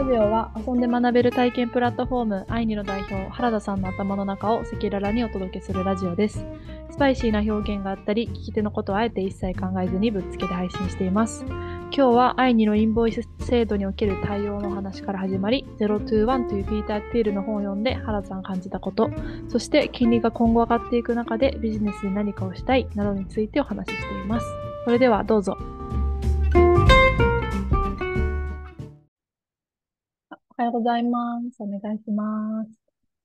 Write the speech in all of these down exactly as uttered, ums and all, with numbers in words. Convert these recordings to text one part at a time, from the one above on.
ジオは遊んで学べる体験プラットフォームアイニの代表原田さんの頭の中を赤裸々にお届けするラジオです。スパイシーな表現があったり、聞き手のことをあえて一切考えずにぶっつけて配信しています。今日はアイニのインボイス制度における対応の話から始まり、ゼロトゥーワンというピーター・ティールの本を読んで原田さんが感じたこと、そして金利が今後上がっていく中でビジネスに何かをしたいなどについてお話ししています。それではどうぞ。おはようございます。お願いします。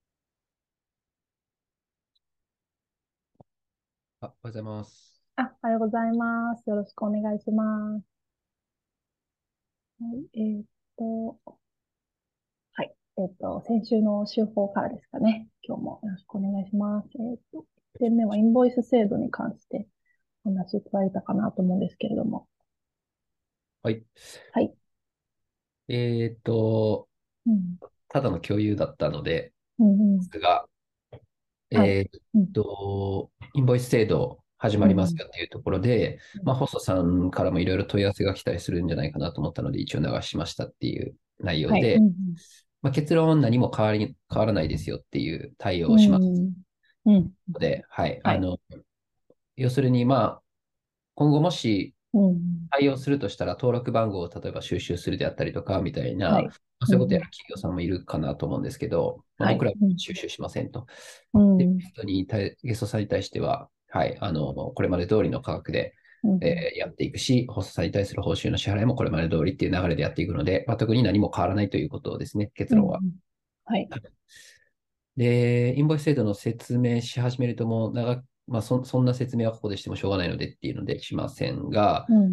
あ、おはようございます。 あ、おはようございます。よろしくお願いします。はい、えーっと、はい。えーっと、先週の週報からですかね。今日もよろしくお願いします。えーっと、いってんめはインボイス制度に関してお話しいただいたかなと思うんですけれども。 はい。 はい。 えーっと、 うん。 ただの共有だったのでうんうん。 すが、 はい。 えーっうん。 と、インボイス制度始まりますうんよっていうところで、 うん。 まあ、ホストさんからもいろいろ問い合わせが来たりするんじゃないかなと思ったので、一応流しましたっていう内容はい。うで、 んまあ、結論何も変わり、変わらないですよっていう対応うをしますん。うん。うん。 ので、はい。 はい。 あの、要するに、まあ、今後もしうん。 対応するとしたら、登録番号を例えば収集するであったりとか、みたいな、まはい。 あ、そういうことやうん。 る企業さんもいるかなと思うんですけど、まあ、 はい。 僕らはうん。 収集しませんと。 うで、ゲん。 ストに対、ゲストさんに対しては、はい、あの、これまで通りの価格で、 うん。 えーやっていくし、ホストさんに対する報酬の支払いもこれまで通りっていう流れでやっていくので、まあ、特に何も変わらないということですね、結うん。 論は。 はい。 で、インボイス制度の説明し始めるともう長く、まあそ、そんな説明はここでしてもしょうがないのでっていうのでしませんが、 うん。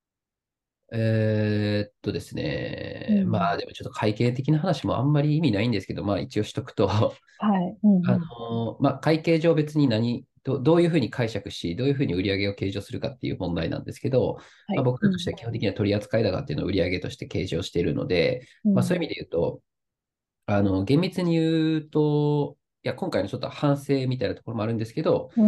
えーっとですうね、まん。 あでもちょっと会計的な話もあんまり意味ないんですけど、まあ一応しとくと、 はい。うん。 あうん。 の、まあ会計上別に何、ど、どういうふうに解釈し、どういうふうに売上を計上するかっていう問題なんですけど、まあ、 はい。 僕らとしてうん。 は基本的には取扱高っていうのを売上として計上しているので、まあそういううん。 意味で言うと、あの、厳密に言うと、いや、今回のちょっと反省みたいなところもあるんですけど、 うん。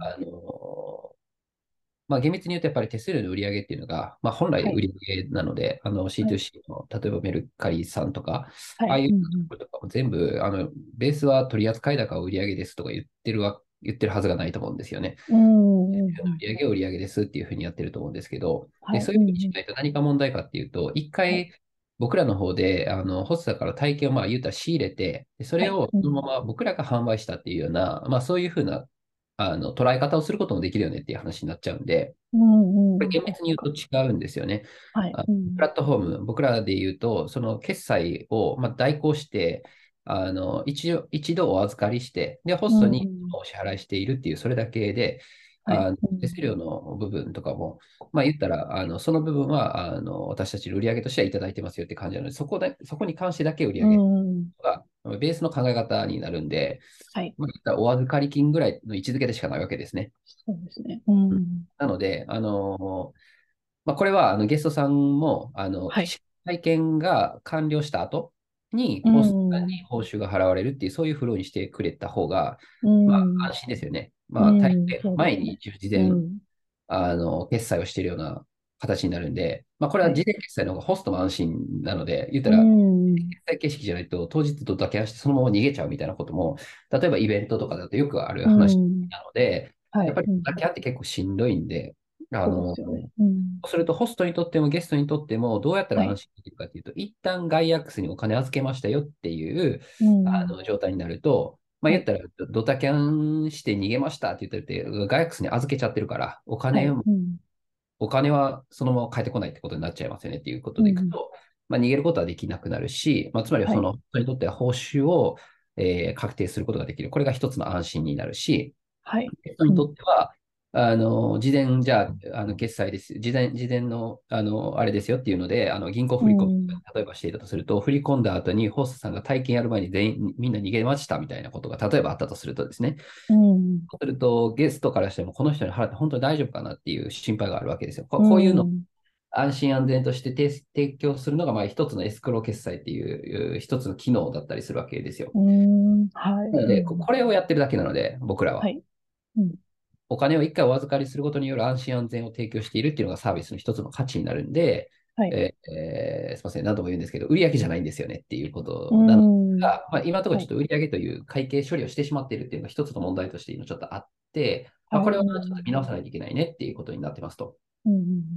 あの、まあ、厳密に言うと、やっぱり手数料の売り上げっていうのが、まあ、本来はい。 売り上げなので、あのはい。 シーツーシー の、例えばメルカリさんとか、 はい。 ああいうとうん。 ころとかも全部、あの、ベースは取扱高売り上げですとか言ってるわ、言ってるはずがないと思うんですよね。 うん。うん。うん。 売り上げは売り上げですっていうふうにやってると思うんですけど、で、 はい。 そういうふうにしうん。 ないと何か問題かっていうと、一はい。 回、僕らの方で、あの、ホストだから体験をまあ言うたら仕入れて、でそはい。 れをうん。 そのまま僕らが販売したっていうような、まあそういうふうな、あの、捉え方をすることもできるよねっていう話になっちゃうんで、 うん。うん。 これ厳密に言うと確かに。 違うんですよね。 はい。 あうん。 プラットフォーム、僕らで言うと、その決済をまあ代行して、あの一度、一度お預かりして、で、ホうストにん。 お支払いしているっていう、それだけで、 はい。 あのうん。 手数料の部分とかも、まあ言ったら、あのその部分はあの私たちの売上としてはいただいてますよって感じなので、そこで、そこに関してだけ売う上ん。 がベースの考え方になるんで、 はい。 まあ、言ったらお預かり金ぐらいの位置づけでしかないわけですね。 そうですね。ううんん。 なので、あのまあ、これはあのゲストさんもあのはい。 体験が完了した後にうホストさんにん。 報酬が払われるっていう、そういうフローにしてくれた方が、 うまあ、 ん。 安心ですよね。まあ、体うん。 験そうですね。 前に事前うん。 あの決済をしているような形になるんで、まあ、これはい。 は事前決済の方がホストも安心なので、言ったうら、 ん。 決済形式じゃないと当日ドタキャンしてそのまま逃げちゃうみたいなことも、例えばイベントとかだとよくあるう話ん。 なので、 はい。 やっぱりドうん。 タキャンって結構しんどいんで、あそうでの、 すよね。うん。 そうすると、ホストにとってもゲストにとっても、どうやったらはい。 安心できるかというと、一旦ガイアックスにお金預けましたよっていううん。 あの状態になると、まあ、 はい。 言ったらドドタキャンして逃げましたって言ってて、ガイアックスに預けちゃってるから、お金、 はい。うん。 お金はそのまま返ってこないってことになっちゃいますよねっていうことうん。 でいくと、まあ、逃げることはできなくなるし、まあ、つまりはい。 その人にとっては報酬を、えー確定することができる。これが一つの安心になるし、 はい。 人にとうん。 っては、あの、事前、じゃあ、あの、決済です。事前、事前の、あの、あれですよっていうので、あの、銀行う振り込み、 ん。 例えばしていたとすると、振り込んだ後にホストさんが体験やる前に全員、みんな逃げましたみたいなことが、例えばあったとするとですね、 うん。 そうすると、ゲストからしても、この人に払って本当に大丈夫かなっていう心配があるわけですよ。こうこういうの、 ん。 安心安全として提提供するのが、まあ、一つのエスクロー決済っていう、一つの機能だったりするわけですよ。 うん。はい。 なので、こうん。 これをやってるだけなので、僕らは。 はい。うん。 お金を一回お預かりすることによる安心安全を提供しているっていうのがサービスの一つの価値になるんで、 はい。 えーえーすみません、何度も言うんですけど、売上じゃないんですよねっていうこうとなのん。 が、まあ、今のところはい。 ちょっと売上という会計処理をしてしまっているっていうのが一つの問題として今ちょっとあって、まあ、 はい。 これはちょっとうん。 見直さないといけないねっていうことになってますと。 うん。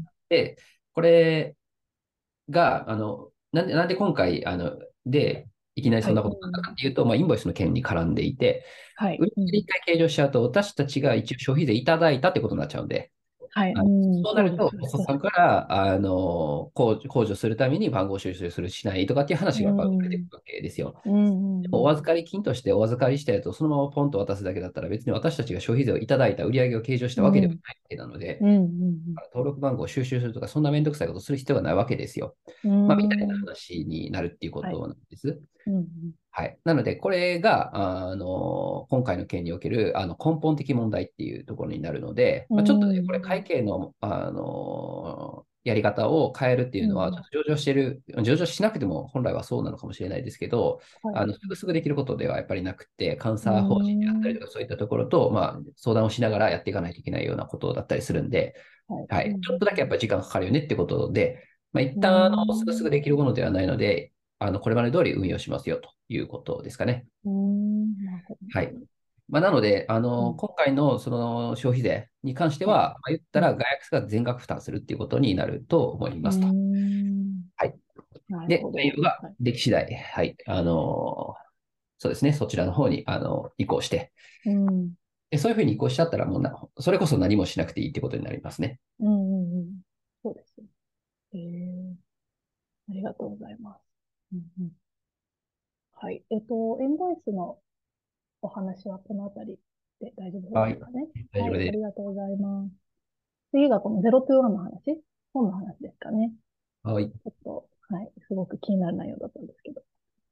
で、これが、あの、なんで、なんで今回、あの、で、いきなりはい。 そんなことになったうん。 かっていうと、まあ、インボイスの件に絡んでいて、 はい。 売うん。 上一回計上しちゃうと、私たちが一応消費税いただいたってことになっちゃうんで、 はい。 あのうん。 そうなると、 そうですよね。 ホストさん確かから、あの、控控除するために番号収集するしないとかっていうに。 話がやっぱ生まれてくうん。 るわけですよ。 うん。うん。 お預かり金としてお預かりしたやつをそのままポンと渡すだけだったら別に私たちが消費税をいただいた売上を計上したわけではうん。 ないわけなので、 うん。 登録番号を収集するとか、そんなめんどくさいことする必要がないわけですよ。 うまあ、みたいなん。 話になるっていうこはい。 となんです。 うん。 はい。なので、これが、あの、今回の件における、あの、根本的問題っていうところになるので、 うまあ、ちょっとね、これん。 会計の、あの、やり方を変えるっていうのは、ちょうん。 っと上場してる、上場しなくても本来はそうなのかもしれないですけど、 はい。 あの、すぐすぐできることではやっぱりなくて、監う査方針であったりん。 とか、そういったところと、まあ、相談をしながらやっていかないといけないようなことだったりするんで、 はい。 はい。ちょっうん。 とだけやっぱり時間かかるよねってことで、まあ、一う旦、あの、すぐすぐん。 できるものではないので、あの、これまで通り運用しますよということですかね。 うん。なるほど。 はい。まあ、なので、あの、 うん。 今回のその消費税に関してはい。 は、まあ、言ったうん。 ら外圧が全額負担するっていうことになると思いうますと。 ん。 はい。 なるで、 ほど。 内容がはい。 でき次第、はい。あの、そうですね、そちらの方に、あの、移行して、 うん。 でそういうふうに移行しちゃったら、もうな、それこそ何もしなくていいってことになりますね。 うん。うん。そうですね。えー、ありがとうございます。うんうん、はい。えっと、エンボイスのお話はこのあたりで大丈夫ではい。 すかね。はい。あ大丈夫です。 りがとうございます。次がこのゼロトゥーワンの話、本の話ですかね。 はい。 ちょっと、はい。すごく気になる内容だったんですけど、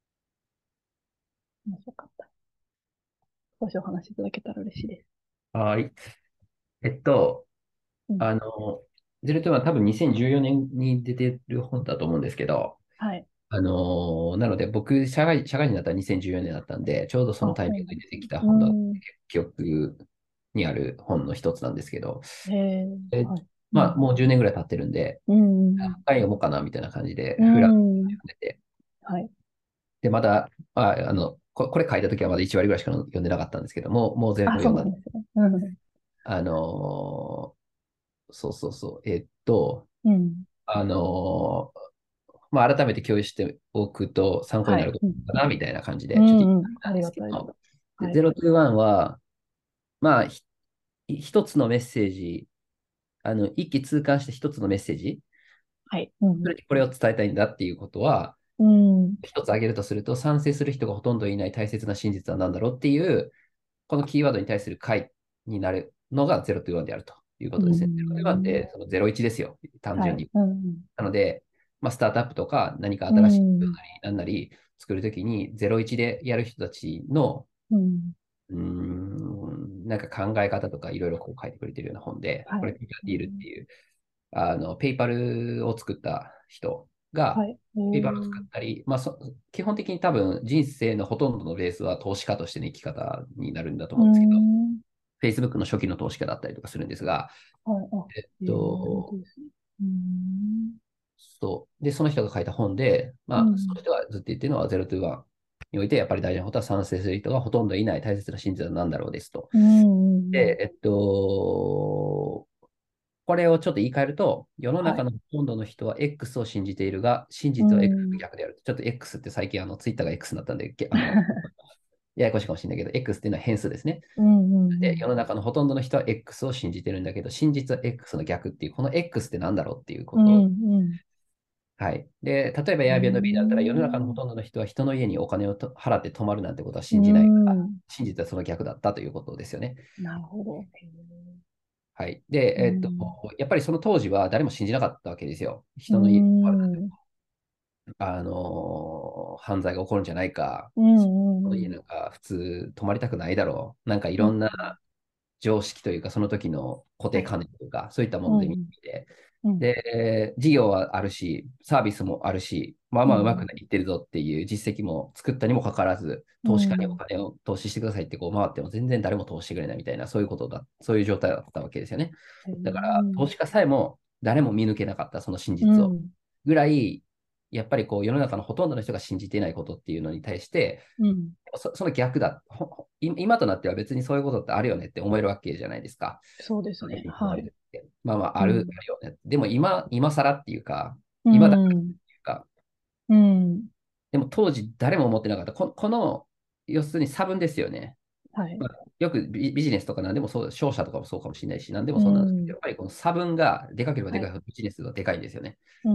面白かった。少しお話しいただけたら嬉しいです。 はい。えっと、 うん。 あの、ゼロトゥは多分にせんじゅうよねんに出てる本だと思うんですけど、 はい。 あの、なので僕、社会、社会人になったらにせんじゅうよねんだったんで、ちょうどそのあ、 タイミングで出てきたそうなんです本だ、 ね。 記憶にある本の一つなんですけど、 うーん。へえ、 え、 はい。うまあ、 ん。 もうじゅうねんぐらい経ってるんで、 うん。 何回読もうかなみたいな感じで、 うフラッとん。 読んでて、 はい。 で、まだ、あ、あの、ここれ書いたときはまだいち割ぐらいしか読んでなかったんですけども、もう全あ、そう部読んだ。 なんですね。うん。 あのそうそうそう。えっと、 うん。 あのまあ、改めて共有しておくと参考にはい。 なるこうん。 とかな、みたいな感じうで、ちょっと言っんうん。あたんでりがたいです。 すけど、ではい。 ゼロトゥーワンは、まあ、ひ一つのメッセージ、あの、一気通貫して一つのメッセージ、 はい。うん。 それにこれを伝えたいんだっていうことは、 うん。 一つ挙げるとすると、賛成する人がほとんどいない大切な真実は何だろうっていう、このキーワードに対する回になるのがゼロトゥーワンであるというこうとですね。ゼロトゥーワンっん。 てそのゼロイチですよ、単はい。 純に。 うん。 なので、まあ、スタートアップとか何かう新しいことなん。 りなんなり作るときにゼロイチでやる人たちのうん。 うーん、なんか考え方とかいろいろこう書いてくれてるような本で、これ、 はい。 ピーター・ディールってうん。 いう、あの、ペイパルを作った人が、 はい。えペイパルを作ー、 ったり、まあそ、基本的に多分人生のほとんどのベースは投資家としての生き方になるんだとう思うんですけど、 ん。 Facebook の初期の投資家だったりとかするんですが、 はい。あ、 えっえー、本と、 当ですね。うん。 そう。で、その人が書いた本で、まあ、そのうん。 人がずっと言ってるのは、ゼロトゥーワンにおいて、やっぱり大事なことは賛成する人がほとんどいない大切な真実は何だろうですと。 うん。 で、えっと、これをちょっと言い換えると、世のはい。 中のほとんどの人は X を信じているが、真う実は X ん。 逆である。ちょっと X って最近あの Twitter が X になったんで、げあの、ややこしいかもしれないけど、X っていうのは変数ですね。 うん。うで、世ん。 の中のほとんどの人は X を信じてるんだけど、真実は X の逆っていう、この X って何だろうっていうこうん。 と。 うん。 はい。で、例えばう Airbnb だったら、世の中のほん。 とんどの人は人の家にお金をと払って泊まるなんてことはう信じないから、 ん。 真実はその逆だったということですよね。 なるほど。へはい。で、 ー、うえっと、 ん。 やっぱりその当時は誰も信じなかったわけですよ。 う人の家に泊まるなんて、 ん。 あのー犯罪が起こるんじゃないか。 うん。 人のうん。 家なんか普通泊まりたくないだろう。なんかいうん。 ろんな常識というか、その時の固定はい。 観念というか、そういったもので見うん。 て、 うん。 で、事業はあるし、サービスもあるし、まあまあうまくうん。 いってるぞっていう実績も作ったにもかかわらず、 う投資家におん。 金を投資してくださいってこう回っても全然誰も投資してくれないみたいな、そういうことだ、そういう状態だったわけですよね。 へー、 だから、投資家さえも誰も見抜けなかった、その真実を。 うん。 ぐらい、やっぱりこう世の中のほとんどの人が信じていないことっていうのに対して、 うん。 そ、その逆だ。ほほ今となっては別にそういうことってあるよねって思えるわけじゃないですか。 そうですね。はい。 まあまあ、ある、 うん。 あるよね。でも今、今更っていうか、 う今だからっん。 ていうか、 うん。 でも当時誰も思ってなかった。こ、この、要するに差分ですよね。 はい。 まあ、よくビ、ビジネスとか何でもそう、商社とかもそうかもしれないし、何でもうそうなんですけど、やん。 っぱりこの差分がでかければではい。 かいほどビジネスがでかいんですよね。 うん。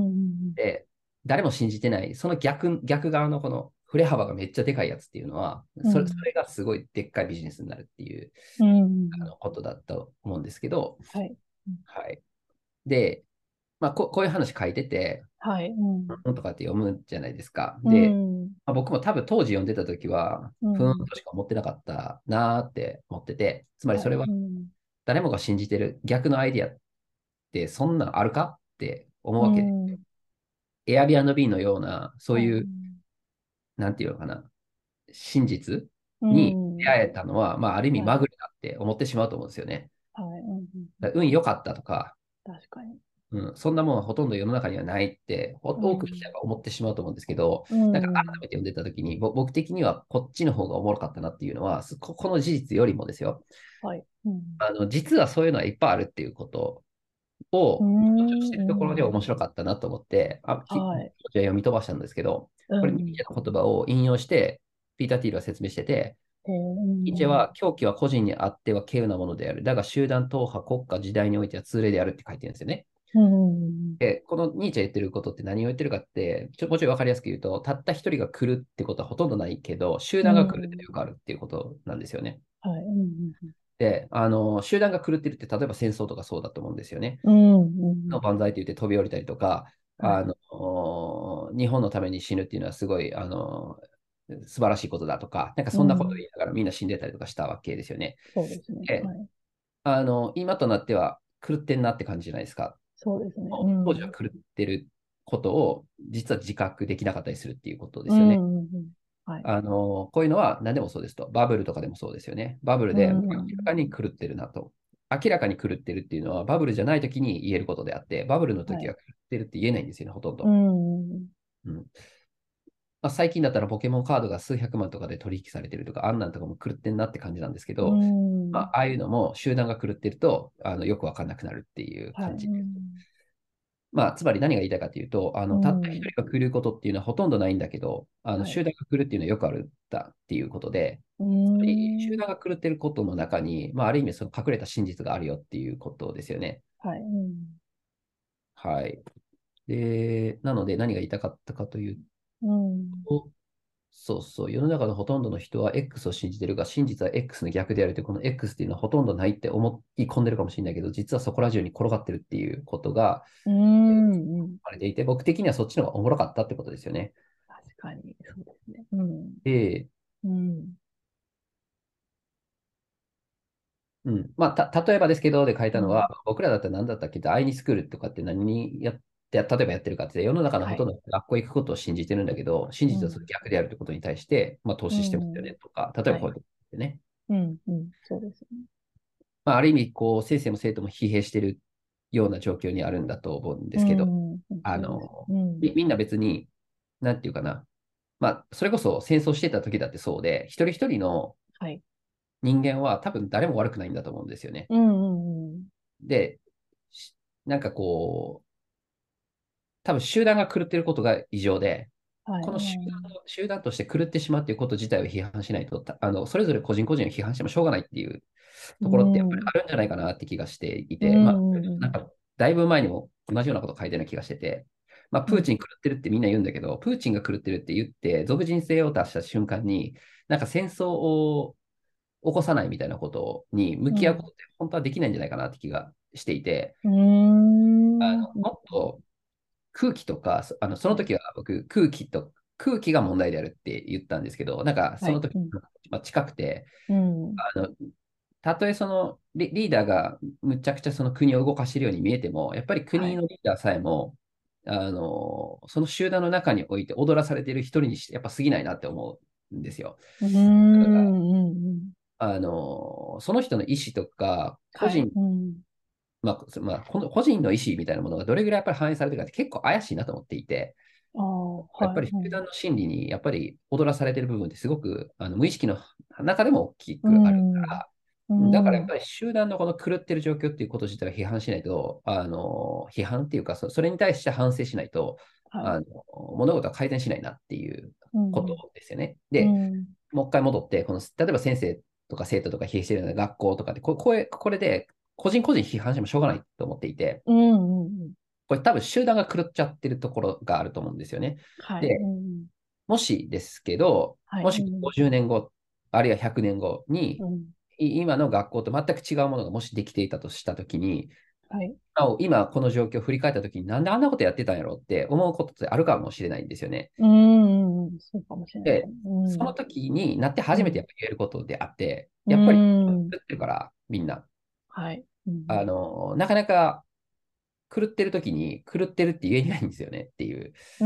で、誰も信じてない、その逆、逆側のこの振れ幅がめっちゃでかいやつっていうのは、それ、そうん。 れがすごいでっかいビジネスになるっていううん。 あのことだと思うんですけど、 はい。 はい。で、まあ、こ、こういう話書いてて、 はい。うん。 本とかって読むじゃないですか。 うで、 ん。 まあ、僕も多分当時読んでた時は、ふーんうん。 としか思ってなかったなーって思ってて、つまりはい。 それはうん。 誰もが信じてる逆のアイディアってそんなんあるかって思ううわけで、 ん。 Airbnb のような、そうはい。 いう、なんていうのかな、真実うに出ん。 会えたのは、まあ、ある意味はい。 まぐれだって思ってしまうと思うんですよね。 はい。うん。 だから運良かったとか、 確かに。 うん、そんなもんはほとんど世の中にはないってほう多くの人ん。 は思ってしまうと思うんですけど、 うなんか改ん。 めて読んでた時に、ぼ僕的にはこっちの方がおもろかったなっていうのは、すここの事実よりもですよ、 はい。うん。 あの実はそういうのはいっぱいあるっていうことうを強調しているところでん。 面白かったなと思って、あ、きはい。 じゃあ読み飛ばしたんですけど、これニーうん。 チェの言葉を引用して、ピーター・ティールは説明してて、 へえ。うニーチェん。 は狂気は個人にあっては稀有なものである。だが集団、党派、国家、時代においては通例であるって書いてるんですよね。 うん。 で、このニーチェ言ってることって何を言ってるかって、ちょもうちょい分かりやすく言うと、たった一人が来るってことはほとんどないけど、集う団が来るってん。 よくあるっていうことなんですよね。 はい。うん。 で、あの、集団が狂ってるって、例えば戦争とかそうだと思うんですよね。 うん。うん。 万歳って言って飛び降りたりとか、 はい。 あの、日本のために死ぬっていうのはすごい、あの、素晴らしいことだとか、なんかそんなことをうん。 言いながらみんな死んでたりとかしたわけですよね。 そうですね。 で、 はい。 あの、今となっては狂ってんなって感じじゃないですか。 そうですね。うん。 当時は狂ってることを実は自覚できなかったりするっていうことでうすよね。 ん。うん。はい。 あの、こういうのは何でもそうですと。バブルとかでもそうですよね。バブルうで明らかん。 に狂ってるなと。明らかに狂ってるっていうのはバブルじゃない時に言えることであって、バブルのはい。 時は狂ってるって言えないんですよね、ほとんうど。 ん。 うんまあ、最近だったらポケモンカードが数百万とかで取引されてるとか、あんなんとかも狂ってんなって感じなんですけうど、まん。 あ、ああいうのも集団が狂ってるとあのよくわかんなくなるっていうはい。 感じ。 うん。 まあ、つまり何が言いたいかというと、あうのたった一ん。 人が来ることっていうのはほとんどないんだけど、あのはい。 集団が来るっていうのはよくあるんだっていうことで、 うつまり集ん。 団が狂ってることの中に、まあ、ある意味その隠れた真実があるよっていうことですよね。 はい。うん。 はい。で、なので何が言いたかったかといううん。 と、そうそう、世の中のほとんどの人は X を信じてるが、真実は X の逆であるという、この X っていうのはほとんどないって思い込んでるかもしれないけど、実はそこら中に転がってるっていうことが、 うえーん。 生まれていて、僕的にはそっちの方がおもろかったってことですよね。 確かに、そうですね。うん。 で、 うん。 うん。まあ、た、例えばですけど、で書いたのは、 うん。 僕らだったら何だったっけって、アイニスクールとかって何にやって、例えばやってるかって、世の中のはい。 ほとんど学校行くことを信じてるんだけど、真実はそれうん。 逆であるってことに対して、まあ、投う資してますよん。 ねとか、例えばはい。 こういうことってね。 うん。うん。そうですね。 まあ、ある意味、こう、先生も生徒も疲弊してるような状況にあるんだと思うんでうすけど、 ん。本あ当です。 の、 うん。 み、みんな別に、なんていうかな、まあ、それこそ戦争してた時だってそうで、一人一人のはい。 人間は多分誰も悪くないんだと思うんですよね。 うん。うん。 で、しなんかこう、多分集団が狂ってることが異常で、 はい。 この集うん。 団の集団として狂ってしまうということ自体を批判しないと、たあのそれぞれ個人個人を批判してもしょうがないっていううところってやっぱりあん。 るんじゃないかなって気がしていうて、まあ、なんん。 かだいぶ前にも同じようなこと書いてるような気がしてて、まあ、 うん。 プーチン狂ってるってみんな言うんだけど、プーチンが狂ってるって言って、属人性を出した瞬間に、なんか戦争を起こさないみたいなことに向うん。 き合うことって本当はできないんじゃないかなって気がしていて、 うん。 あのもっと空気とか、そあのそのはい。 時は僕、空気と、空気が問題であるって言ったんですけど、なんかはい。 その時、 うん。 まあ、近くて、 うん。 あの、たとえそのリ、リーダーがむちゃくちゃその国を動かしているように見えても、やっぱりはい。 国のリーダーさえも、あの、その集団の中において踊らされている一人にして、やっぱ過ぎないなって思うんですよ。 うだから、 ん。うん。 あの、その人の意思とか、個はい。 人うん。 まあ、そまあ、この個人の意思みたいなものがどれぐらいやっぱり反映されてるかって結構怪しいなと思っていて、 ああ、 やっはい。うん。 ぱり集団の心理にやっぱり踊らされてる部分ってすごくあの無意識の中でも大きうくあるん。 かうら、だからやっん。 ぱり集団のこの狂ってる状況っていうこと自体は批判しないと、あの批判っていうかそ、それに対して反省しないと、 はい。 あの物事は改善しないなっていうことうん。 ですよね。 うで、 ん。 もう一回戻って、この例えば先生とか生徒とか疲弊しているような学校とかで、ここれこれで個人個人批判してもしょうがないと思っていて、 うん。うん。 これ多分集団が狂っちゃってるところがあると思うんですよね。 はい。うで、 ん。 もしですけど、 はい。 もしうん。 ごじゅうねんご、あるいはひゃくねんごに、 うん。 い今の学校と全く違うものがもしできていたとしたときに、 はい。 なお今この状況を振り返ったときに、なんであんなことやってたんやろって思うことってあるかもしれないんですよね。 うん。うん。そうかもしれないかで、 も。うん。 その時になってうん。 初めてやっぱ言えることであって、 うやっぱりん。 狂ってるから、みんな。 はい。うん。 あの、なかなか狂ってる時に狂ってるって言えないんですよねっていう。 うん。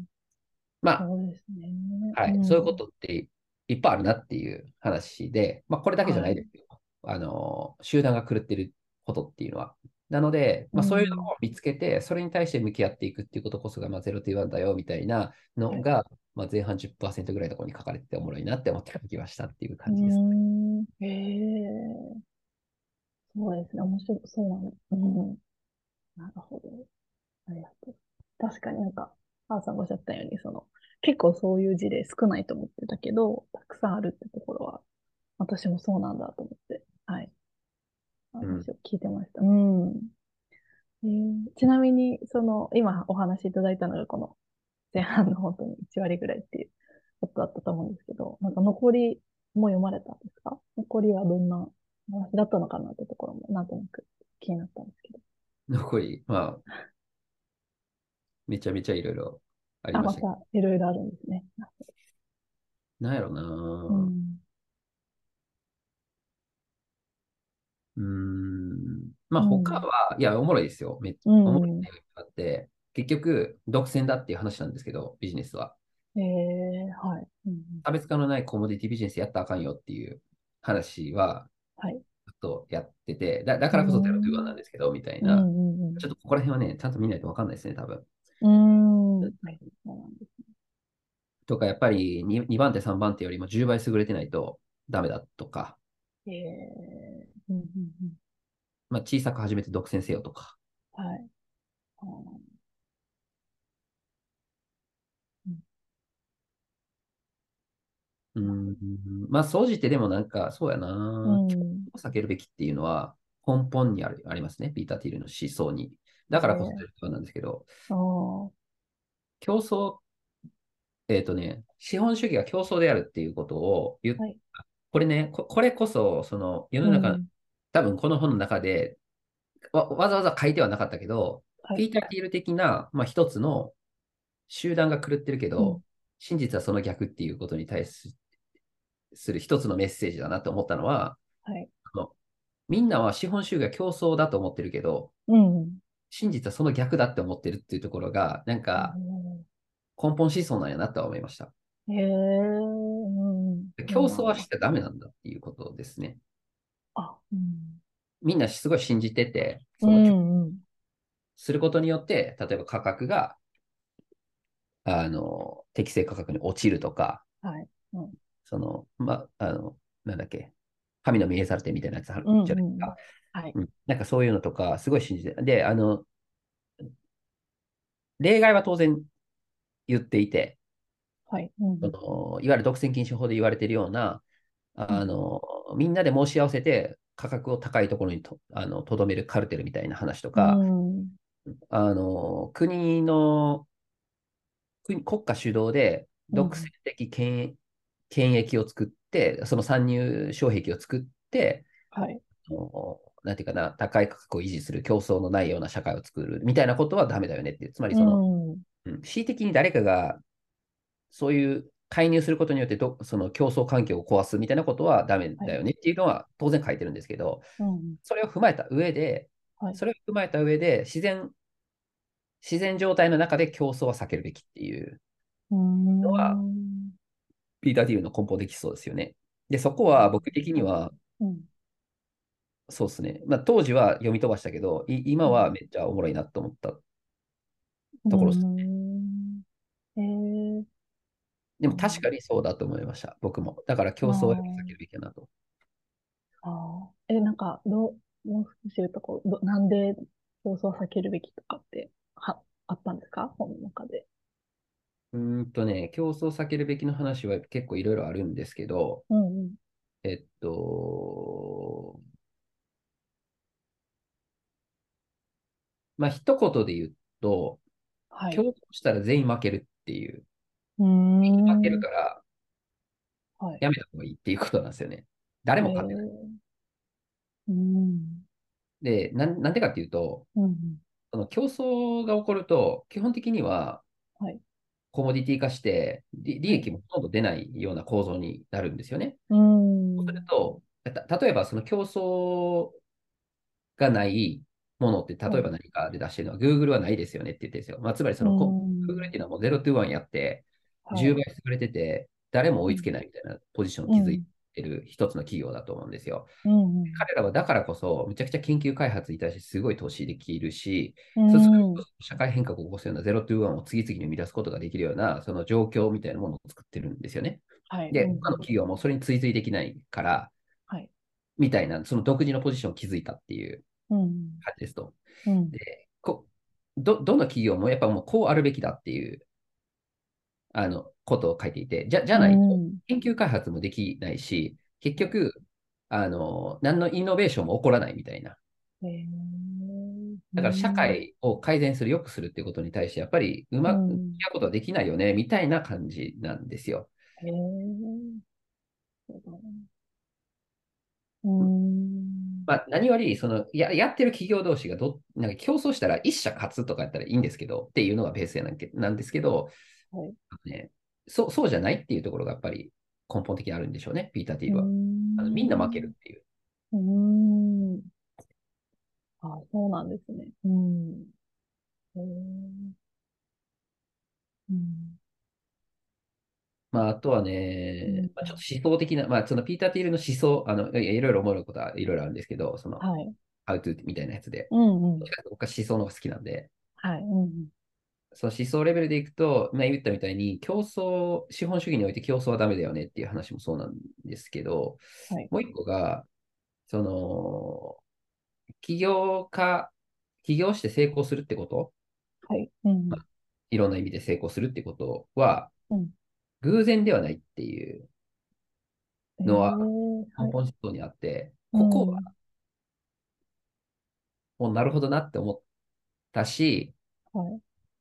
まあ、 そうですね。 はい、そういうこうん。 とっていっぱいあるなっていう話で、まあ、これだけじゃはい。 ないですよ。あの、集団が狂ってることっていうのは。なので、まあ、そういうのうん。 を見つけて、それに対して向き合っていくっていうことこそが、まあ、ゼロとワンだよみたいなはい。 のが、まあ、前半じゅっパーセントぐらいのところに書かれてておもろいなって思って書きましたっていうう感じです。 ん。へえ。そうですね。面白い。そうなの。うん。なるほど。ありがとう。確かになんか、母さんがおっしゃったように、その、結構そういう事例少ないと思ってたけど、たくさんあるってところは、私もそうなんだと思って、はい、 うん。 話を聞いてました。うん。えーちなみに、その、今お話しいただいたのが、この前半の本当にいち割ぐらいっていうことだったと思うんですけど、なんか残りも読まれたんですか？残りはどんな話だったのかなってところも、なんとなく気になったんですけど。 残り、まあ、めちゃめちゃいろいろありあ、 ましたけど。 またいろいろあるんですね。 なんやろな。 うん。 うーん。まあ、 うん。 他は、いや、おもろいですよ。めっうおもろいん。 点があって、結局、独占だっていう話なんですけど、ビジネスは。 ええはい。うん。 差別化のないコモディティビジネスやったらあかんよっていう話は、 はい。 ずっとやってて、だ、だうからこそゼロトゥワンなん。 んですけど、みたいうん。 な。 うん。 ちょっとここら辺はね、ちゃんと見ないとわかんないですね、多分。 うん。うん。はい。そうなんです。 とか、やっぱり に, にばん手、さんばん手よりもじゅうばい優れてないとダメだとか、 ええうん。うん。うん。 まあ、小さく始めて独占せよとか。 はい。あーうん、まあ、総じてでもなんか、そうやうな、競ん。 争を避けるべきっていうのは根本にある、ありますね、ピーター・ティールの思想に。だからこそええそうなんですけど、 ああ、は競争、えっとね、資本主義が競争であるっていうことを言っ、 い。 これね、こ、これこそ、その世の中、 うん。 多分この本の中でわ、わざわざ書いてはなかったけど、 はい。 ピーター・ティール的な、まあ、一つの集団が狂ってるけうん。 ど、真実はその逆っていうことに対すする一つのメッセージだなと思ったのは、 はい。 あのみんなは資本主義が競争だと思ってるけど、 うん。 真実はその逆だって思ってるっていうところが、なんうかん根本思想なんやなとは思いました。 へえ、うん。そ競うなんだ。 争はしちゃダメなんだっていうことですね。 あ、うん。 みんなすごい信じてて、 うそのん。うん。 することによって、例えば価格があの適正価格に落ちるとか、 はい。うん。 その、ま、あの、なんだっけ、神の見えざる手みたいなやつあるうん。 じゃなうん。 いですか。 はい。 うん、なんかそういうのとか、すごい信じて、で、あの、例外は当然言っていて、 はい。うん。 そのいわゆる独占禁止法で言われているような、 うん。 あの、みんなで申し合わせて価格を高いところにと、あの、とどめるカルテルみたいな話とうか、 ん。 あの、国の、国国家主導で独占うん。 的権、権益を作って、その参入障壁を作って、 はい。 のなんていうかな、高い価格を維持する競争のないような社会を作るみたいなことはダメだよねっていう。つまりうその、 ん。 うん、恣意的に誰かがそういう介入することによってどその競争環境を壊すみたいなことはダメはい。 だよねっていうのは当然書いてるんですけど、 うん。 それを踏まえた上で、 はい。 それを踏まえた上で自然、自然状態の中で競争は避けるべきっていううのは、 ん。 ピーター・ディールの根本的思想ですよね。で、そこは僕的にはい。 は、 うん。 そうですね。まあ、当時は読み飛ばしたけど、い今はめっちゃおもろいなと思ったうーところです。 ん。えー、 でも確かあにそうだと思いました、僕も。だからー競争は避けるべきだなと。 あー。え、なんか、どう、もう少し言うとこう、ど、なんで競争を避けるべきとかって、は、あったんですか本の中で。 うーんとね、競争を避けるべきの話は結構いろいろあるんですけど、 うんうん。 えっと、まあ、一言で言うと、 はい。 競争したら全員負けるっていう、 うー負けるん。 からはい。 やめた方がいいっていうことなんですよね。誰えも勝てない。 ー、うーん。 で、なん、なんでかっていうと、 うんうん。 その競争が起こると、基本的にははい。 コモディティ化して、利利はい。 益もほとんど出ないような構造になるんですよね。 うーそうするん。 と、た例えばその競争がないものって、例はい。 えば何かで出してるのは、Google はないですよねって言ってるんですよ。まあ、つまりそうーのこ Google っん。 ていうのはもうゼロトゥワンやって、10 はい。 倍優れてて、誰も追うん。 いつけないみたいなポジションを築いうん。 てる一つの企業だと思うんですよ。 うん。 彼らはだからこそ、むちゃくちゃ研究開発に対してすごい投資できるし、 うそうするん。 と社会変革を起こすようなゼロトゥワンを次々に生み出すことができるような、その状況みたいなものを作ってるんですよね。 はい。うで、 ん。 他の企業はもうそれに追随できないから、 はい。 みたいな、その独自のポジションを築いたっていううん。 感じですと。 うん。 で、こど、どの企業もやっぱもうこうあるべきだっていう、あの、ことを書いていて、じゃ、じゃうないと、 ん。 研究開発もできないし、結局、あの、何のイノベーションも起こらないみたいな。 えー、うだから社ん。 会を改善する、良くするっていうことに対して、やっぱりううまく付きん。 合うことはできないよね、みたいな感じなんですよ。 えー、そうだね。うん。 まあ、何より、その、や、やってる企業同士がど、なんか競争したら一社勝つとかやったらいいんですけど、っていうのがベースやなんけなんですけど、 はい。 ね、そう、そうじゃないっていうところがやっぱり根本的にあるんでしょうね、ピーター・ティうールは。あの、みんな負けるん。 っていう。 うん。あ、そうなんですね。うん。えー、うん。 まあ、あとはうん。 ね、まあ、ちょっと思想的な、まあ、そのピーター・ティールの思想、あの、いやいろいろ思うことはいろいろあるんですけど、その、 はい。 How to みたいなやつで、 うんうん。 どっちかというと僕は思想の方が好きなんで、 はい。うん。 その思想レベルでいくと、まあ、言ったみたいに、競争、資本主義において競争はダメだよねっていう話もそうなんですけど、 はい。 もう一個が、その、起業家、起業して成功するってこと、 はい。うん。 いろんな意味で成功するってことは、 うん。 偶然ではないっていうえのはー、はい。 根本思想にあって、 うここはん。 もうなるほどなって思ったし、 はい。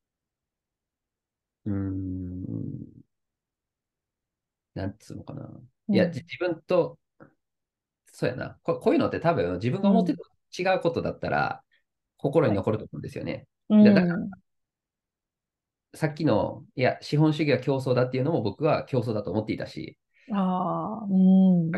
うーん、なんつうのかな。いや、じうん。 自分と、そうやなこ、こういうのって多分自分が思ってうん。 たのと違うことだったら心にはい。 残ると思うんですよね。 うで、だからん。 さっきの、いや、資本主義は競争だっていうのも僕は競争だと思っていたし、 ああ、うん。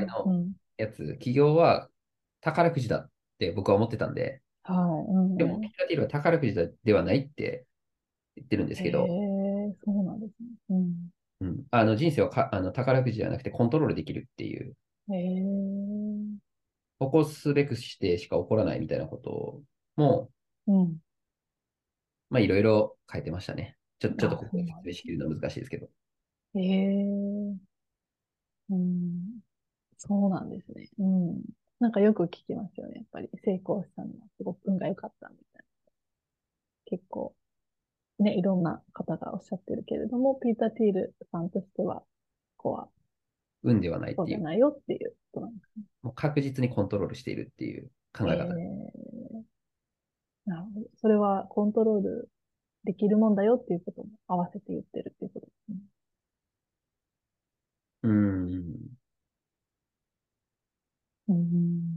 う彼のん。 やつ、企業は宝くじだって僕は思ってたんで、 はい。うでも、 んうん。 ピカティルは宝くじだではないって言ってるんですへけど、 え、そうなんですね。うん。 うん、あの人生はかあの宝くじじゃなくてコントロールできるっていう、 へえ、 起こすべくしてしか起こらないみたいなことも、 うん。 まあ、いろいろ書いてましたね。ちょ、ちょっとあ、 ここでそうなんですね。 説明しきるのは難しいですけど。 へえ、うん。そうなんですね。うん。なんかよく聞きますよね。やっぱり成功したのはすごく運が良かったみたいな。結構ね、いろんな方がおっしゃってるけれども、ピーター・ティールさんとしては、ここは運ではないっていう、 そうじゃないよっていうことなんですね。 もう確実にコントロールしているっていう考ええ方。 ー、なるほど。それはコントロールできるもんだよっていうことも合わせて言ってるっていうことですね。 うーん。 うん。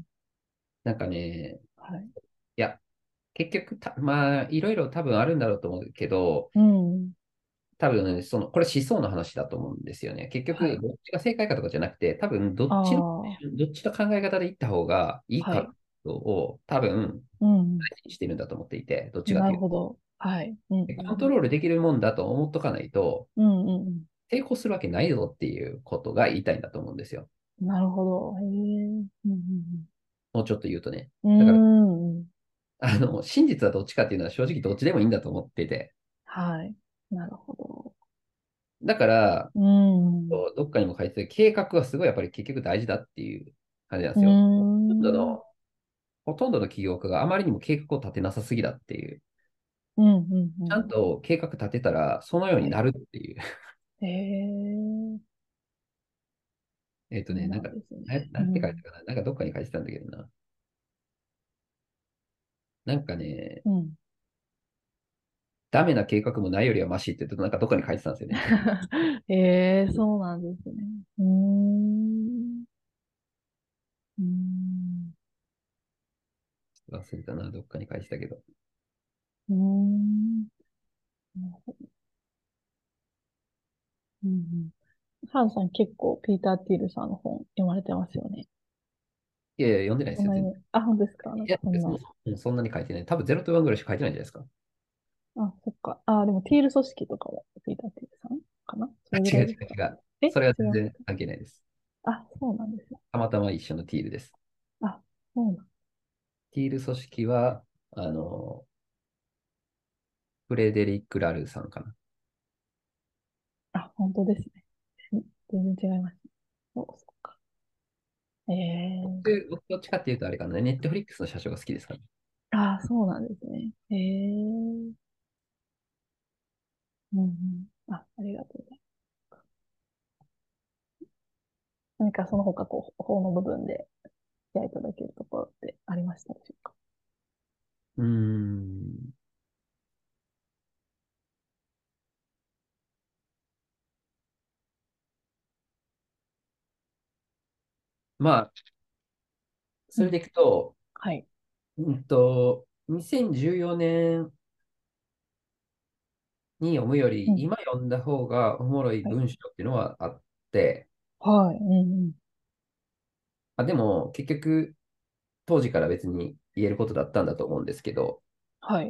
なんかね、 はい。 いや、結局た、まあ、いろいろ多分あるんだろうと思うけど、 うん。 多分、その、これ思想の話だと思うんですよね。結局、 はい。 どっちが正解かとかじゃなくて、多分、どあっちの、 あ、 どっちの考え方でいった方がいいかはい。 を多分、 うん。 大事にしてるんだと思っていて、どっちかというと。 なるほど。はい。うん。 でコントロールできるもんだと思っとかないと、 うん。うん。 成功するわけないぞっていうことが言いたいんだと思うんですよ。 うん。なるほど。へえ。うん。うん。 もうちょっと言うとね。 うーだから、 ん。 あの、真実はどっちかっていうのは正直どっちでもいいんだと思っていて。 はい。なるほど。 だから、 うーん。 どっかにも書いてて、計画はすごいやっぱり結局大事だっていう感じなんでうーすよ。ほとんどん。 の、ほとんどの起業家があまりにも計画を立てなさすぎだっていう。 うん、うん、うん。 ちゃんと計画立てたら、そのようにはい。 なるっていう。 へえ、 えっとね、なんか、 そうなんですな、 ね。 なんて書いてうん。 たかな。なんかどっかに書いてたんだけどな。なんかね、 うん。 ダメな計画もないよりはマシって言うと、なんかどっかに書いてたんですよね。 へえ、そうなんですね。うーん。うーん。 忘れたな、どっかに書いてたけど。 うーん。うんうん。ハンさん結構ピーター・ティールさんの本読まれてますよね。 いやいや、読んでないですよ、全然。 そんなに、あ、本当ですか？なんいや、 かそんな。 そもそもそんなに書いてない。多分ゼロとワンぐらいしか書いてないんじゃないですか。 あ、そっか。あ、でもティール組織とかもピーター・ティールさんかな、そあ、 れぐ違う違うらいですか？ 違う。 え、 それは違う。 全然関係ないです。 あ、そうなんですよ。 たまたま一緒のティールです。 あ、そうなん。 ティール組織は、あの、フレデリック・ラルーさんかな。 あ、本当ですね。全然違います。そう、そっか。ええ、 で僕どっちかっていうとあれかな、ネットフリックスの社長が好きですかね。 あ、そうなんですね。ええ、うんうん。あ、ありがとうございます。何かその他、こう、法の部分でやいただけるところってありましたでしょうか？ うーん。まあ、 うん。 それでいくと、 はい。 うんと、にせんじゅうよねんに読むより、 うん。 今読んだ方がおもろいはい。 文章っていうのはあって、 はい。うんうん。 あ、でも結局、当時から別に言えることだったんだと思うんですけど、 はい。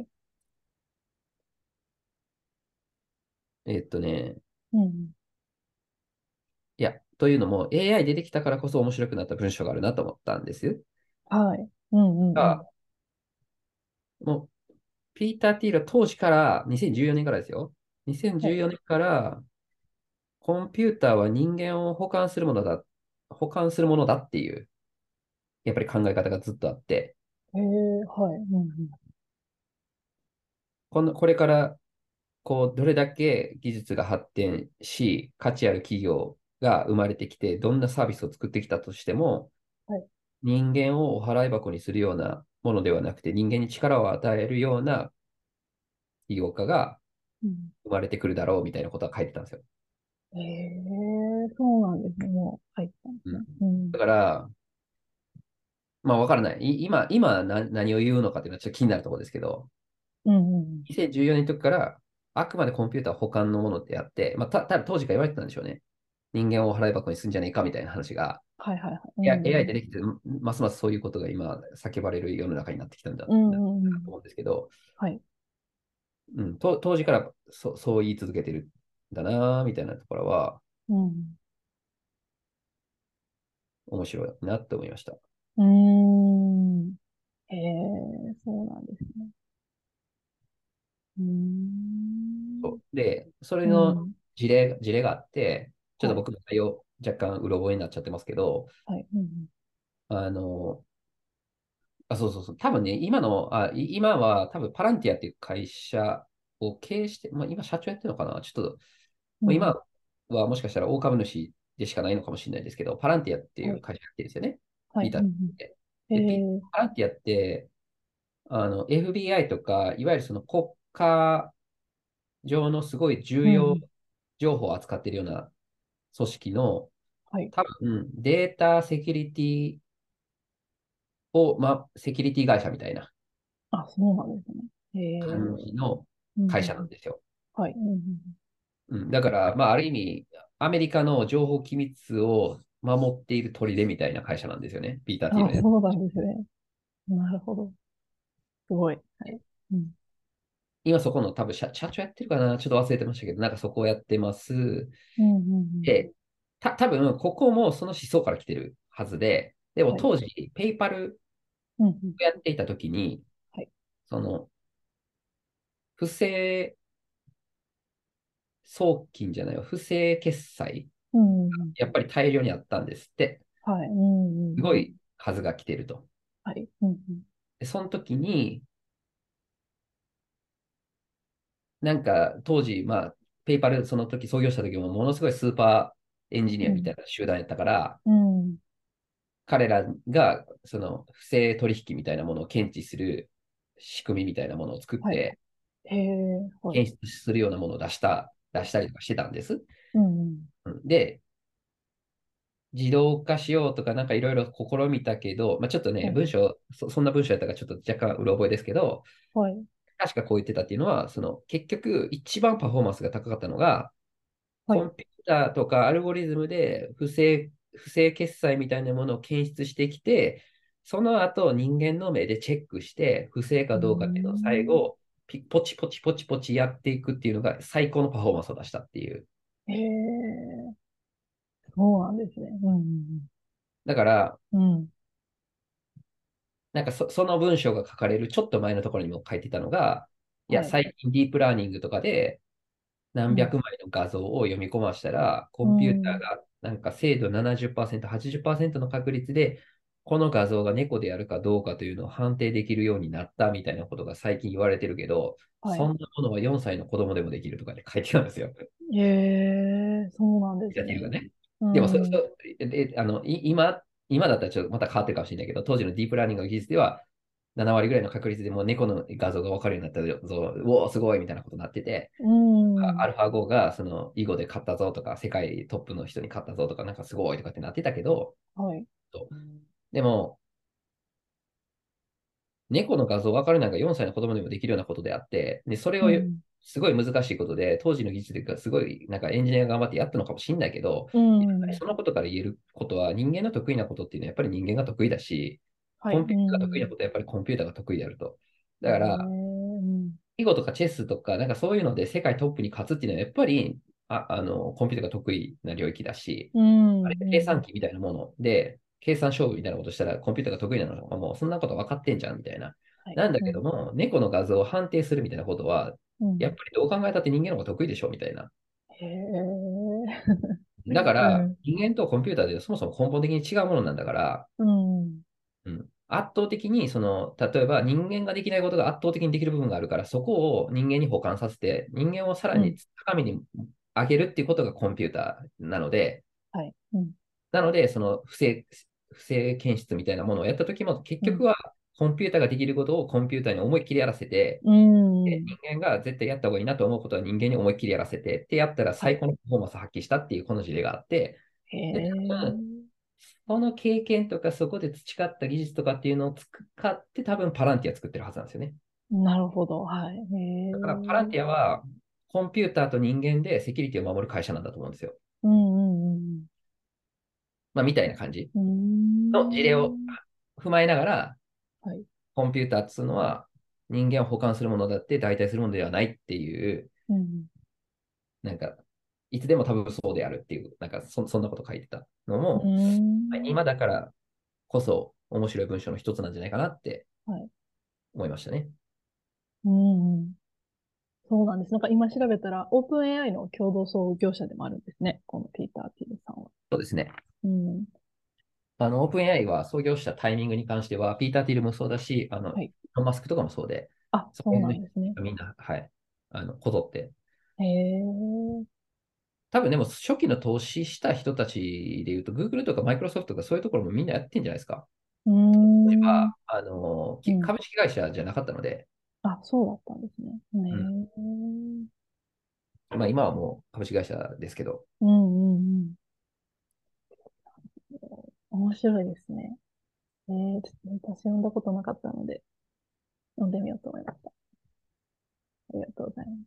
えっとね、 うんうん。 いや、というのも エーアイ 出てきたからこそ面白くなった文章があるなと思ったんですよ。 はい。うんうんうん。 が、もう、ピーター・ティールは当時から、にせんじゅうよねんからですよ。2014 はい。 年から、コンピューターは人間を補完するものだ、補完するものだっていう、やっぱり考え方がずっとあって、 ええ、はい。うんうん。 この、これから、こう、どれだけ技術が発展し、価値ある企業が生まれてきて、どんなサービスを作ってきたとしても、 はい。 人間をお払い箱にするようなものではなくて、人間に力を与えるような起業家がうん。 生まれてくるだろうみたいなことは書いてたんですよ。 ええ、そうなんですね。もう入ったんですうん、 ね。うん。 だから、まあ、わからない。い今、今な何を言うのかっていうのはちょっと気になるところですけど、 うんうんにせんじゅうよねんの時から、あくまでコンピューターは補完のものってあって、まあ、た、た当時から言われてたんでしょうね。人間をお払い箱にするんじゃねえかみたいな話が、 はいはいはい。ういやんエーアイうん。 出てきて、ますますそういうことが今、叫ばれる世の中になってきたんだ、 うんなうんうん。 と思うんですけど、 はい。 うん、と当時からそそう言い続けてるんだな、みたいなところは、 うん。 面白いなって思いました。 うーん。へえ、そうなんですね。うーん。 そうで、それのうん。 事例、事例があって、ちょっはい。 と僕の内容、若干うろ覚えになっちゃってますけど、 はい。うん。 あの、あ、そうそうそう、多分ね、今の、あ、い今は多分パランティアっていう会社を経営して、まあ、今社長やってるのかな、ちょっと、 うん。うん。 まあ今はもしかしたら大株主でしかないのかもしれないですけど、パランティアっていはい。 う会社やってるんですよね。 はい。 ピーターっうん。 て。 うん。 で、ピえパランティアって、あの、エフビーアイ とか、いわゆるその国家上のすごい重ー、う要ん。 情報を扱っているような組織の、 はい。 多分、データセキュリティを、ま、セキュリティ会社みたいなあ、そうなんですね。え感じー、 のうん。う会社なんん。 ですよ。 はい。うん。 うん、だから、まあ、ある意味、アメリカの情報機密を守っている砦みたいな会社なんですよね、ピーター・ティーあ、 のやつ。 そうなんですね。なるほど。すごい。はい。うん。 今そこの多分社、社長やってるかな、ちょっと忘れてましたけど、なんかそこをやってます。 うん。うん。 で、た、多分ここもその思想から来てるはずで、でもはい。 当時、ペイパルうんうん。 やっていたときに、 はい。 その、不正送金じゃないよ、不正決済、 うんうん。 やっぱり大量にあったんですって、 はい。うんうんうん。 すごい数が来てると。 はい。うんうん。 で、その時に、なんか当時、まあ、ペイパルその時創業した時もものすごいスーパーエンジニアみたいな集団やったから、 うん。 彼らがその不正取引みたいなものを検知する仕組みみたいなものを作っはい。 て、 へえ、はい。 検出するようなものを出した、出したりとかしてたんです。 うんうん。 うんで、自動化しようとかなんかいろいろ試みたけど、まあ、ちょっとね、 はい。 文章そ、そんな文章やったからちょっと若干うろ覚えですけど、 はい。 確かこう言ってたっていうのは、その結局一番パフォーマンスが高かったのが、 はい。 コンピューターとかアルゴリズムで不正、不正決済みたいなものを検出してきて、その後人間の目でチェックして、不正うーかどうかっていうのを最ん。 後、ピポチポチポチポチやっていくっていうのが最高のパフォーマンスを出したっていう。 へえ、そうなんですね。うんだから、 うん。うん。 なんかそその文章が書かれるちょっと前のところにも書いてたのが、いや、 はい。 最近ディープラーニングとかで何うん。 百枚の画像を読み込ましたら、コうンピューターん。 がなんか精度ななじゅっパーセント、はちじゅっパーセントの確率で、この画像が猫であるかどうかというのを判定できるようになったみたいなことが最近言われてるけど、 はい。 そんなものはよんさいの子供でもできるとかで書いてあるんですよ。 へえ、そうなんでピカすね。 チュウがね。 うでもそ、そ、 ん。 えあの、い今、今だったらちょっとまた変わってるかもしれないけど、当時のディープラーニングの技術では、なな割ぐらいの確率でもう猫の画像が分かるようになったぞ、うおー、すごいみたいなことになってて、 うん。 アルファゴがその囲碁で勝ったぞとか、世界トップの人に勝ったぞとか、なんかすごいとかってなってたけど、 はい。 でも、猫の画像分かるなんかよんさいの子供でもできるようなことであって、で、それをうん。 すごい難しいことで、当時の技術で、すごいなんかエンジニアが頑張ってやったのかもしれないけど、 うん。 そのことから言えることは、人間の得意なことっていうのはやっぱり人間が得意だし、 はい。うコンピューターが得意なん。 ことはやっぱりコンピューターが得意であると。 へえ、 だから、 うん。 囲碁とかチェスとか、なんかそういうので世界トップに勝つっていうのは、やっぱり、あ、あの、コンピューターが得意な領域だし、 うん。 あれ計算うん。 機みたいなもので、計算勝負みたいなことしたら、コンピューターが得意なのかもうそんなこと分かってんじゃんみたいな。 はい。 なんだうん。 けども、猫の画像を判定するみたいなことは、 うん。 やっぱりどう考えたって人間の方が得意でしょみたいな。 へえ。 だかうら、 ん。 人間とコンピューターでそもそも根本的に違うものなんだから、 うん。 うん、圧倒的に、その、例えば人間ができないことが圧倒的にできる部分があるから、そこを人間に補完させて、人間をさらにうん。 高みに上げるっていうことがコンピューターなので、 はい。うん。 なので、その不正、不正検出みたいなものをやったときも、結うん。 局はコンピューターができることをコンピューターに思いっきりやらせて、 うん。 で人間が絶対やった方がいいなと思うことは人間に思いっきりやらせて、ってやったらはい。 最高のパフォーマンスを発揮したっていうこの事例があって、 へで、多分え。 その経験とかそこで培った技術とかっていうのを使って多分パランティア作ってるはずなんですよね。 なるほど。はい。へだからパランえ。 ティアはコンピューターと人間でセキュリティを守る会社なんだと思うんですよ。 うんうんまあ、みたいな感じうん。うの事例をーん。 踏まえながら、 はい。 コンピューターっていうのは人間を補完するものだって代替するものではないっていう、 うん。 なんか、いつでも多分そうであるっていう、なんかそ、そんなこと書いてたのうーも、 ん。 今だからこそ面白い文章の一つなんじゃないかなってはい。 思いましたね。 うんうん。そうなんです。なんか今調べたら、オープン エーアイ の共同創業者でもあるんですね。このピーター・ティルさんは。 そうですね。 うん。 あの、オープン エーアイ は創業したタイミングに関しては、ピーター・ティルもそうだし、あの、イはい。 ーロンマスクとかもそうで、 あ、そうそこら辺の人なんですね。 がみんな、はい、あの、こぞって、 へえ。 多分でも初期の投資した人たちで言うと、Google とか Microsoft とかそういうところもみんなやってんじゃないですか。 うー当時ん。 は、あの、 うん。 き株式会社じゃなかったので、 あ、そうだったんですね。 うん。 ねえ。 まあ今はもう株式会社ですけど、 うんうんうん。面白いですね。えー、ちょっと私読んだことなかったので、読んでみようと思いました。ありがとうございます。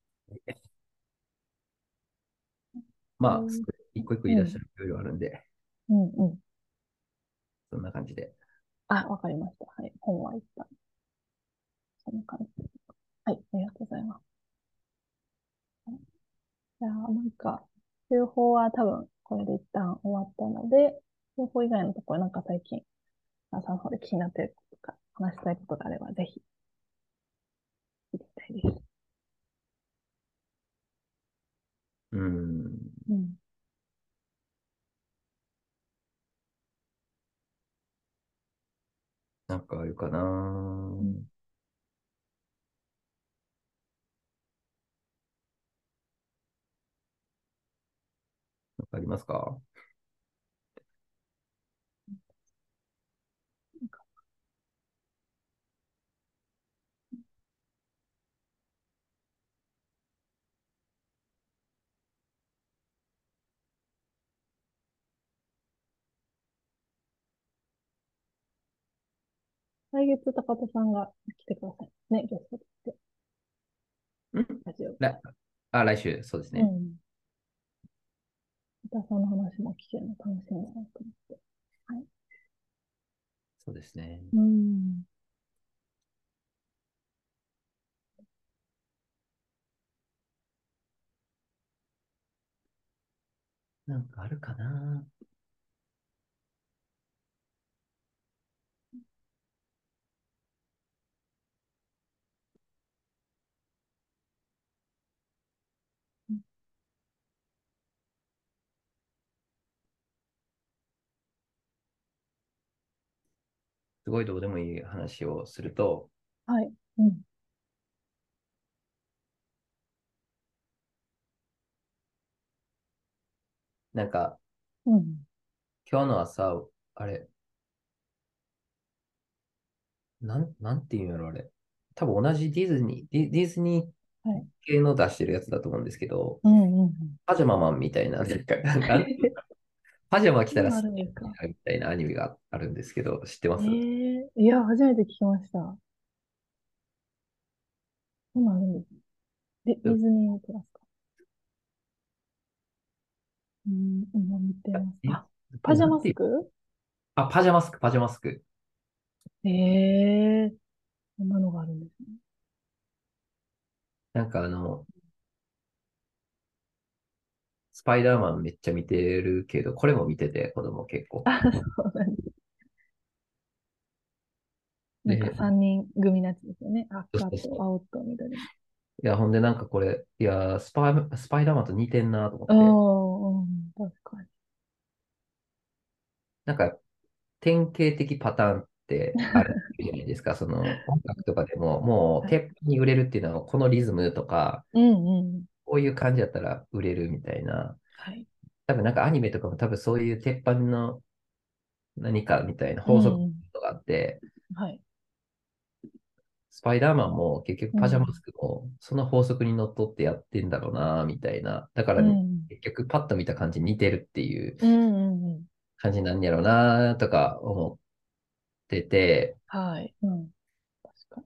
えまあ、 ー、 一個一個言いうん。 出したらいろいろあるんで、 うんうん。 そんな感じで。 あ、わかりました。はい。本は一旦、そんな感じです。はい。ありがとうございます。じゃあ、なんか、情報は多分、これで一旦終わったので、情報以外のところなんか最近、あさんの方で気になってる話したいことがあれば、ぜひ、聞きたいです。 うん。 うん。 なんかあるかな。 うん、 なんかありますか？ 来月、高田さんが来てくださいね、ゲストとして、 んラジオ。 らあ、来週、そうですね。 うん。高田さんの話も聞けるの楽しみだなと思って。はい。 そうですね。 うん。 なんかあるかな。すごいどうでもいい話をすると、 はい。うん。 なんかうん。 今日の朝、あれ、なん、なんていうんやろ、あれ。多分同じディズニー、ディ、ディズニーはい。 系の出してるやつだと思うんですけど、 うんうんうん。 パジャママンみたいな、なんか、なんパジャマ着たらそんなあスキンにるんですか？ なるみたいなアニメがあるんですけど、知ってまえす？ え、いや、初めて聞きました。そんなんあるんですね。で、ディズニープラスか。うん、今見てます。 え、 あ、パジャマえなんていう、 スク。 あ、パジャマスク、パジャマスク。 ええ、そんなのがあるんですね。 なんかあの、スパイダーマンめっちゃ見てるけど、これも見てて、子供結構。 あ、そうなんです。なんかで、 さんにん組のやつですよね。赤とそうそうそう。 青と緑。 いや、ほんでなんかこれ、いや、スパイ、スパイダーマンと似てんなと思っああ、 て、 うん、確かに。 なんか典型的パターンってあるじゃないですか。その音楽とかでも、もうはい。 鉄板に売れるっていうのは、このリズムとか、 うんうん。 こういう感じだったら売れるみたいな。 はい。 多分なんかアニメとかも多分そういう鉄板の何かみたいな法則うん。 があって、 はい。 スパイダーマンも結局パジャマスうん。 クもその法則にのっとってやってんだろうな、みたいな。だからね、 うん。 結局パッと見た感じ似てるっていううんうんうん。 感じなんやろうな、とか思ってて、 はい。うん。確か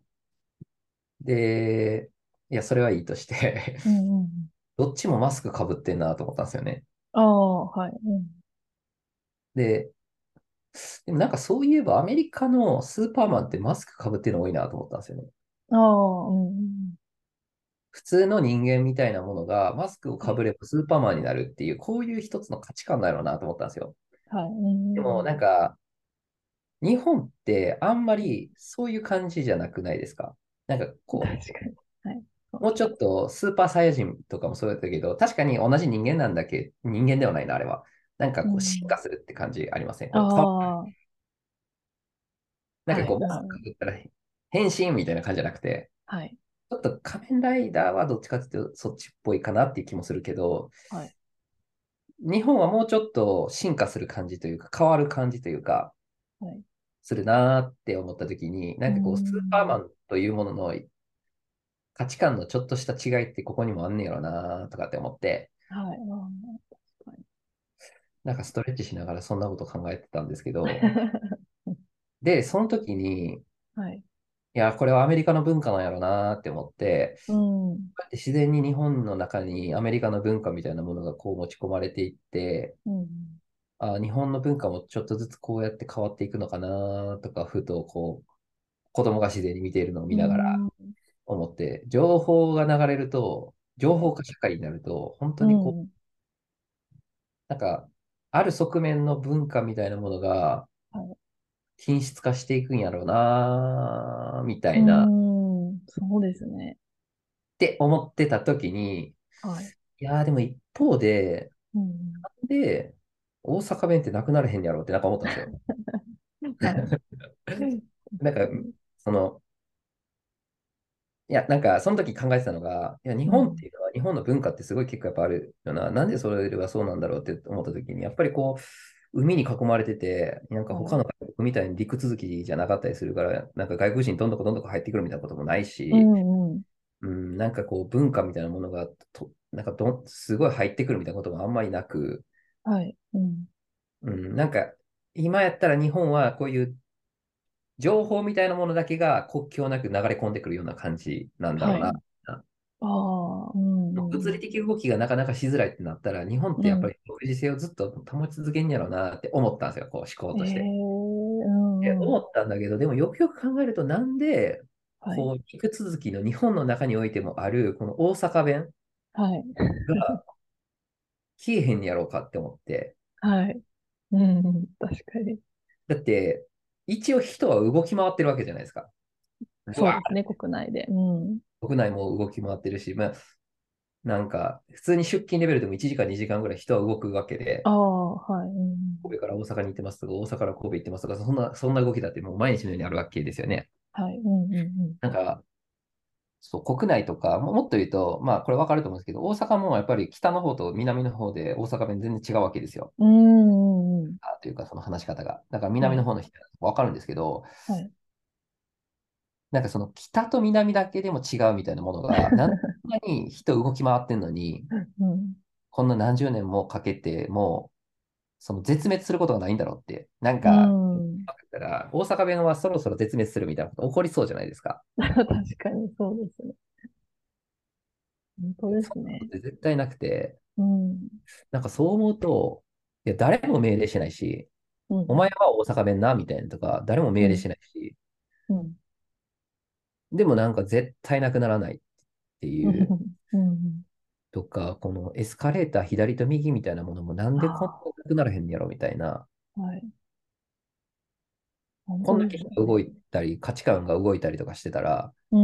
で、いや、それはいいとしてに。うんうんうん。 どっちもマスクかぶってんなと思ったんですよね。 ああ、はい。うん。 で、でもなんかそういえばアメリカのスーパーマンってマスクかぶってるの多いなと思ったんですよね。 ああ、うんうんうん。 普通の人間みたいなものがマスクをはい。 かぶればスーパーマンになるっていう、こういう一つの価値観だろうなと思ったんですよ。 はい。うんうでもんなんか、日本ってあんまりそういう感じじゃなくないですか？なんかうん。確こかに。はい。そう、もううです。 ちょっとスーパーサイヤ人とかもそうだったけど、確かに同じ人間なんだけど、人間ではないな、あれは。なんかこう進うん。 化するって感じありません？ あこう、かあ、 なんかはい。 こう、マスクかうん。 ぶったら変身みたいな感じじゃなくて、 はい。 ちょっと仮面ライダーはどっちかっていうとそっちっぽいかなっていう気もするけど、 はい。 日本はもうちょっと進化する感じというか、変わる感じというか、 はい。 するなーって思ったときに、なうんかこう、スーパーマん。 ンというものの価値観のちょっとした違いってここにもあんねやろなーとかって思って、 はい。ああ、確かに。 なんかストレッチしながらそんなこと考えてたんですけど、で、その時に、いはい。 や、これはアメリカの文化なんやろなーって思って、 うん。 こうやって自然に日本の中にアメリカの文化みたいなものがこう持ち込まれていって、 うん。 あ、日本の文化もちょっとずつこうやって変わっていくのかなとか、ふとこう、子供が自然に見ているのをう見ながらん。 思って、情報が流れると、情報化社会になると、本当にこう、 うん。 なんか、ある側面の文化みたいなものが、 はい。 品質化していくんやろうな、みたうーいな、っん、そうですね。 て思ってた時に、 はい。 いやーでも一方で、 うん。 なんで大阪弁ってなくなれへんやろうってなんか思ったんですよ。 はい。 なんか、 確かに。 その、いや、なんか、その時考えてたのが、いや、日うん。 本っていうのは、日本の文化ってすごい結構やっぱあるよな。なんでそれがそうなんだろうって思った時に、やっぱりこう、海に囲まれてて、なんかはい。 他の外国みたいに陸続きじゃなかったりするから、なんか外国人どんどこどんどこ入ってくるみたいなこともないうし、 んうん。 うん、なんかこう、文化みたいなものがと、なんかどん、すごい入ってくるみたいなことがあんまりなく、 はい。うん。 うん、なんか、今やったら日本はこういう情報みたいなものだけが国境なく流れ込んでくるような感じなんだろうな。 はい。ああ、うんうん物理的動きがなかなかしづらいってなったら、日本っうん。 てやっぱり独自性をずっと保ち続けんやろうなって思ったんですよ、こう思考うん。えとして。 え、うんうん。 で思ったんだけど、でもよくよく考えると、なんで、 はい。 こう、陸続きの日本の中においてもある、この大阪弁はい。 が消えへんやろうかって思って。 はい。うんうん。確かに。 だって、一応人は動き回ってるわけじゃないですか。うわそうですね、国内で。うん。 国内も動き回ってるし、まあ、なんか、普通に出勤レベルでもいちじかん、にじかんぐらい人は動くわけで、 ああ、はい。うん。 神戸から大阪に行ってますとか、大阪から神戸行ってますとか、そんな、そんな動きだってもう毎日のようにあるわけですよね。 はい。うんうんなんか、そう、国内とか、ももっと言うと、まあ、これわかると思うんですけど、大阪もやっぱり北の方と南の方で大阪弁全然違うわけですよ。 うん。うんうんうん。 あというか、その話し方が。だから南のはい。 方の人はわかるんですけど、 はい。 なんかその北と南だけでも違うみたいなものが、なんなに人動き回ってんのに、 うん。 こんな何十年もかけて、もう、その絶滅することがないんだろうって。なんうか、 ん。 だから大阪弁はそろそろ絶滅するみたいなこと起こりそうじゃないですか。 確かにそうですね。本当いや、 ですね。 そんなことって絶対なくて、 うん。 なんかそう思うと、いや、誰も命令しないし、 うん。 お前は大阪弁な、みたいなとか、誰もうん。 命令しないし、 うん。 でもなんか絶対なくならないってういうん。うん。 とか、このエスカレーター左と右みたいなものもなんでこんなあなくならへんやろみたいな、 あ、はい。本当こんだけですよね。 人が動いたり、価値観が動いたりとかしてたら、 うん。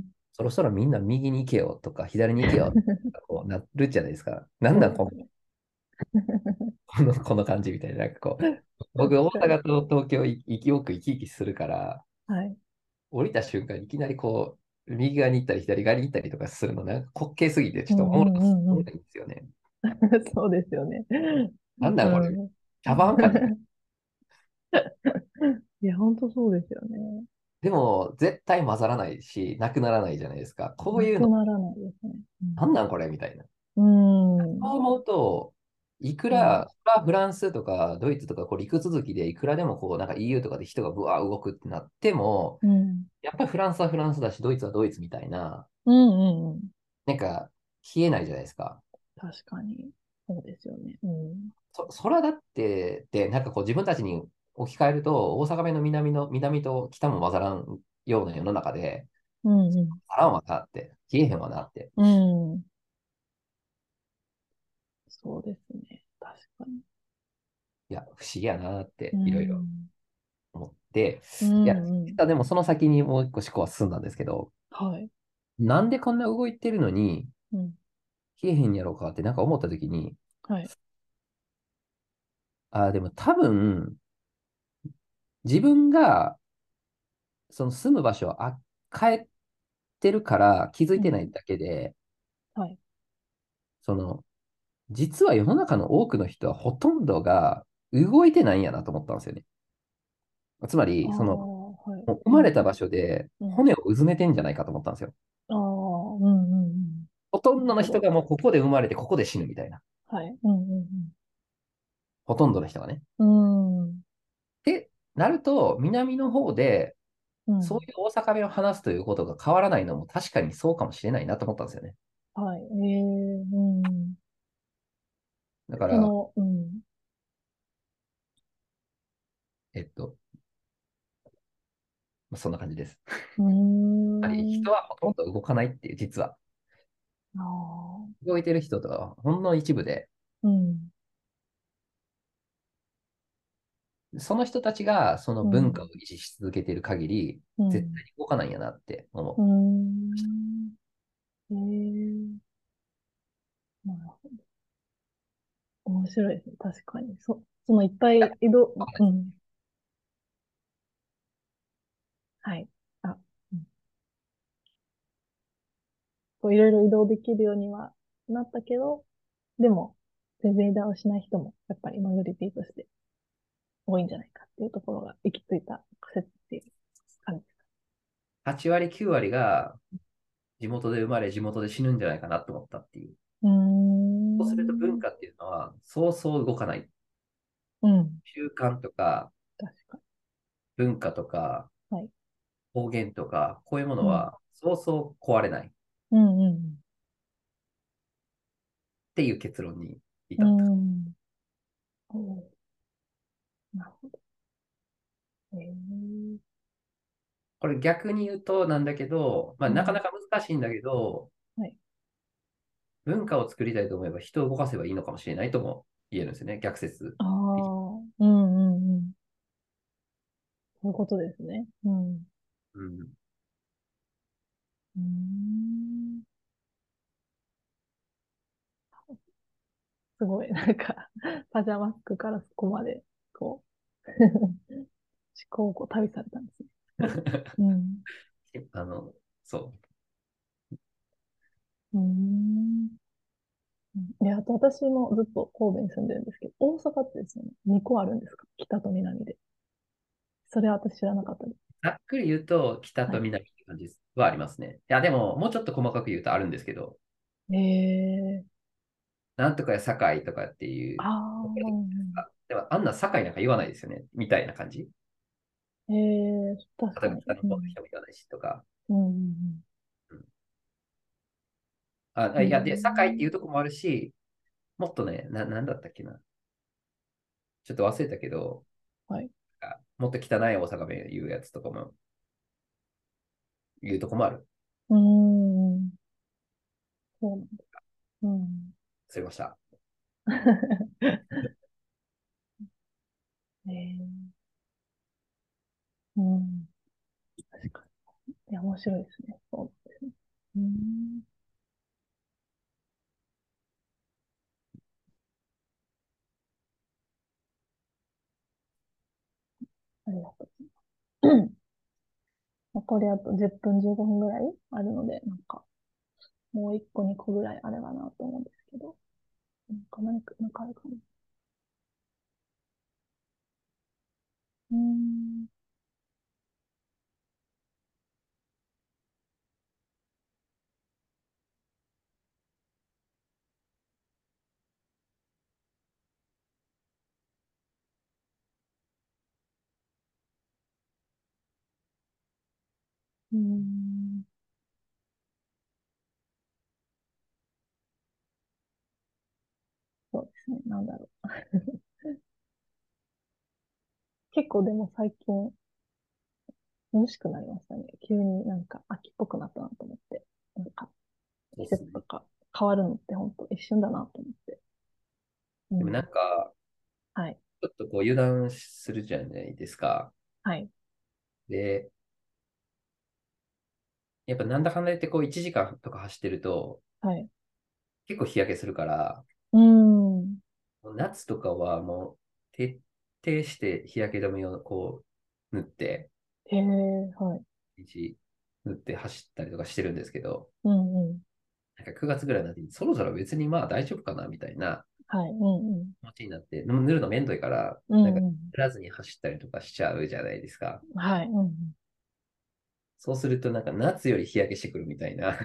そろそろみんな右に行けよとか、左に行けよとかこうなるじゃないですか。なんなんこの、 そうですね。 この、この感じみたいな。なんかこう、僕、大確かに。 阪と東京い生きよく生き生きするから、 はい。 降りた瞬間、いきなりこう、右側に行ったり、左側に行ったりとかするの、なんか滑稽すぎて、ちょっとおもろうんうんうんうん。 いんですよね。 そうですよね。 なんなんこれ、 うん。 茶番かみたいな。 いや、本当そうですよね。 でも、絶対混ざらないし、なくならないじゃないですか。こうないうの、 くならないですね。 なんなんこれみたいな。 うん。うん。 そう思うと、いくうん。 ら、フランスとかドイツとかこう陸続きでいくらでもこうなんか イーユー とかで人がぶわー動くってなっても、 うん。 やっぱりフランスはフランスだし、ドイツはドイツみたいな、 うんうん。 なんか消えないじゃないですか。 確かに。そうですよね。うん。 そ、そらだって、で、なんかこう自分たちに置き換えると、大阪弁の南の、南と北も混ざらんような世の中で、 うんうん。 あらんわなって、消えへんわなって。 うん。そうですね。確かに。 いや、不思議やなっうていろいろん。 思って、 ういや、 んうん。 実はでもその先にもう一個思考は進んだんですけど、 はい。 なんでこんな動いてるのにうん。 消えへんやろうかってなんか思った時に、 はい。 ああ、でも多分、自分がその住む場所をあ変えてるから気づいうん。 てないだけで、 はい。 その、実は世の中の多くの人はほとんどが動いてないんやなと思ったんですよね。つまああ、 り、その、 はい。 もう生うん。 まれた場所でうん。 骨をうずめてんじゃないかと思ったんですよ。 ああ、うんうんうん。 ほとんどのなるほど。 人がもうここで生まれてここで死ぬみたいな。 はい。うんうんほとんどの人がね。 うん。うーん。 で、なると、南の方で、 うん。 そういう大阪弁を話すということが変わらないのも確かにそうかもしれないなと思ったんですよね。 はい。ええ、うん。 だから、 その、うん。 えっと、まあそんな感じです。やっうーぱり人ん。 はほとんど動かないっていう、実は。 ああ。 動いてる人とはほんの一部で、 うん。 その人たちがそのうん。 文化を維持し続けている限り、 うん。 絶対に動かないんやなってう思ん。えー、なるほど。面白いですね。確かに。そ、そのいっぱい移動、うう。 ん。はい。あ、うん、こういろいろ移動できるようにはなったけど、でも、全然移動しない人も、やっぱりマジョリティとして多いんじゃないかっていうところが行き着いた仮説っていう感じですか？ はち割、きゅう割が地元で生まれ、地元で死ぬんじゃないかなと思ったっていう。 うーそうすると文ん。 化っていうのは、そうそう動かない。 うん。 習慣とか確か文化とかに。はい。 方言とか、こういうものうん。 はそうそう壊れないっうんうんていう結論にう至った。 ん。うん。おー、なるほど。えー、 これ逆に言うとなんだけど、まあ、 うん。 なかなか難しいんだけど、 はい。 文化を作りたいと思えば人を動かせばいいのかもしれないとも言えるんですよね、逆説ああ、 的に。 うんうんうん。そういうことですね。うん。ううん。 ーん。すごい、なんか、パジャマスクからそこまで、こう、思考をこう旅されたんですね。うん。 あの、そうーん。で、あと私もずっと神戸に住んでるんですけど、大阪ってですね、にこあるんですか？北と南で。それは私知らなかったです。 う。ざっくり言うと、北はい。 と南って感じはありますね。いや、でも、もうちょっと細かく言うとあるんですけど、 ええ、 なんとかや堺とかっていあう、 あ、 でも、あんな堺なんか言わないですよね、みたいな感じ。 ええ、確かに。 例えば北のうん。 方の人も言わないしとか。 うん、 うん、あ、 うん、ういや、で、堺っていん。 うとこもあるし、もっとね、な、なんだったっけな。ちょっと忘れたけど、 はい。 あもっと汚い大阪弁言うやつとかも、言うとこもある。 うーん。そうなんだ。うん。 忘れました。 ええ、うん。確かに。いや、面白いですね。そうですね。うん。ありがとう。残りあとじゅっぷん、じゅうごふんぐらいあるので、なんか、もういっこ、にこぐらいあればなと思うんですけど、なんか何か、なんかあるかな。うーん。うーん。そうですね。なんだろう。結構でも最近、楽しくなりましたね。急になんか秋っぽくなったなと思って。なんか、季そうっすね。 節とか変わるのって本当一瞬だなと思って。うでもなんん。 か、 はい。 ちょっとこう油断するじゃないですか。 はい。 で、やっぱなんだかんだ言ってこういちじかんとか走ってると、 はい。 結構日焼けするから、 うーん。 夏とかはもう徹底して日焼け止めをこう塗って、 へえ、はい。 一塗って走ったりとかしてるんですけど、 うんうん。 なんかくがつぐらいになって、そろそろ別にまあ大丈夫かなみたいなはい。うんうん。 気持ちになって、塗るのめんどいから、 うなんかんうん。 塗らずに走ったりとかしちゃうじゃないですか。 はい。うんうん。 そうするとなんか夏より日焼けしてくるみたいな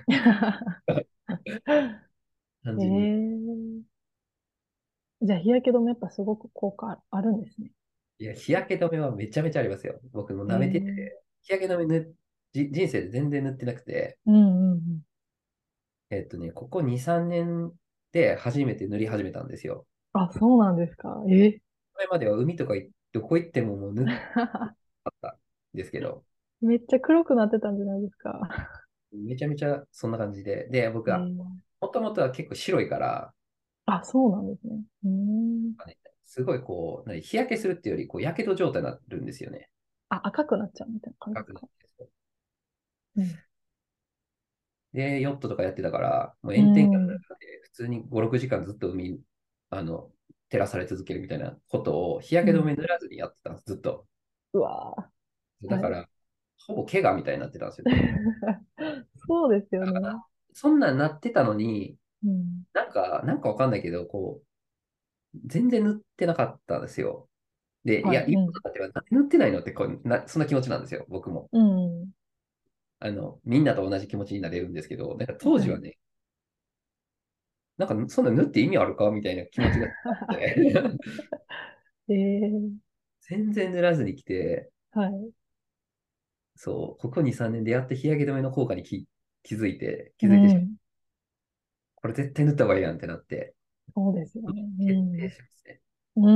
感えじに。 え、じゃあ日焼け止めやっぱすごく効果ああるんですね。 いや、日焼け止めはめちゃめちゃありますよ。僕も舐めてええ、 て、日焼け止め塗じ人生で全然塗ってなくて、 うんうんうん。 えっとね、ここに、さんねんで初めて塗り始めたんですよ。 あ、そうなんですか。えそれまでは海とかいどこ行ってももう塗ってあったんですけど、 めっちゃ黒くなってたんじゃないですか。 めちゃめちゃそんな感じで、で、僕は、 ええ、 もともとは結構白いから、 あ、そうなんですね。うーん。 すごいこう、何日焼けするっていうより、こう、やけど状態になるんですよね。 あ、赤くなっちゃうみたいな感じで赤くなっすか？ てうん。 で、ヨットとかやってたから、もうう炎天下のん。 中で普通にご、ろくじかんずっと海、あの、照らされ続けるみたいなことを日焼うん。 け止め塗らずにやってたんです、ずっと。 うわー。はい。 だから、ほぼ怪我みたいになってたんですよね。 そうですよね。 そんなんなってたのに、 うん。 なんか、なんかわかんないけど、こう、全然塗ってなかったんですよ。で、いはい。 や、いいうん。 ことだって、塗ってないのってこうな、そんな気持ちなんですよ、僕も。 うん。 あの、みんなと同じ気持ちになれるんですけど、なんか当はい。 時はね、なんかそんな塗って意味あるかみたいな気持ちがあって、 えー、 全然塗らずに来て、 はい。 そう、ここに、さんねんでやって日焼け止めの効果に気、気づいて、気づいてしまう。 うん。 これ絶対塗った方がいいやんってなって、 そうですよね。う決定ん。 しますね。 うん。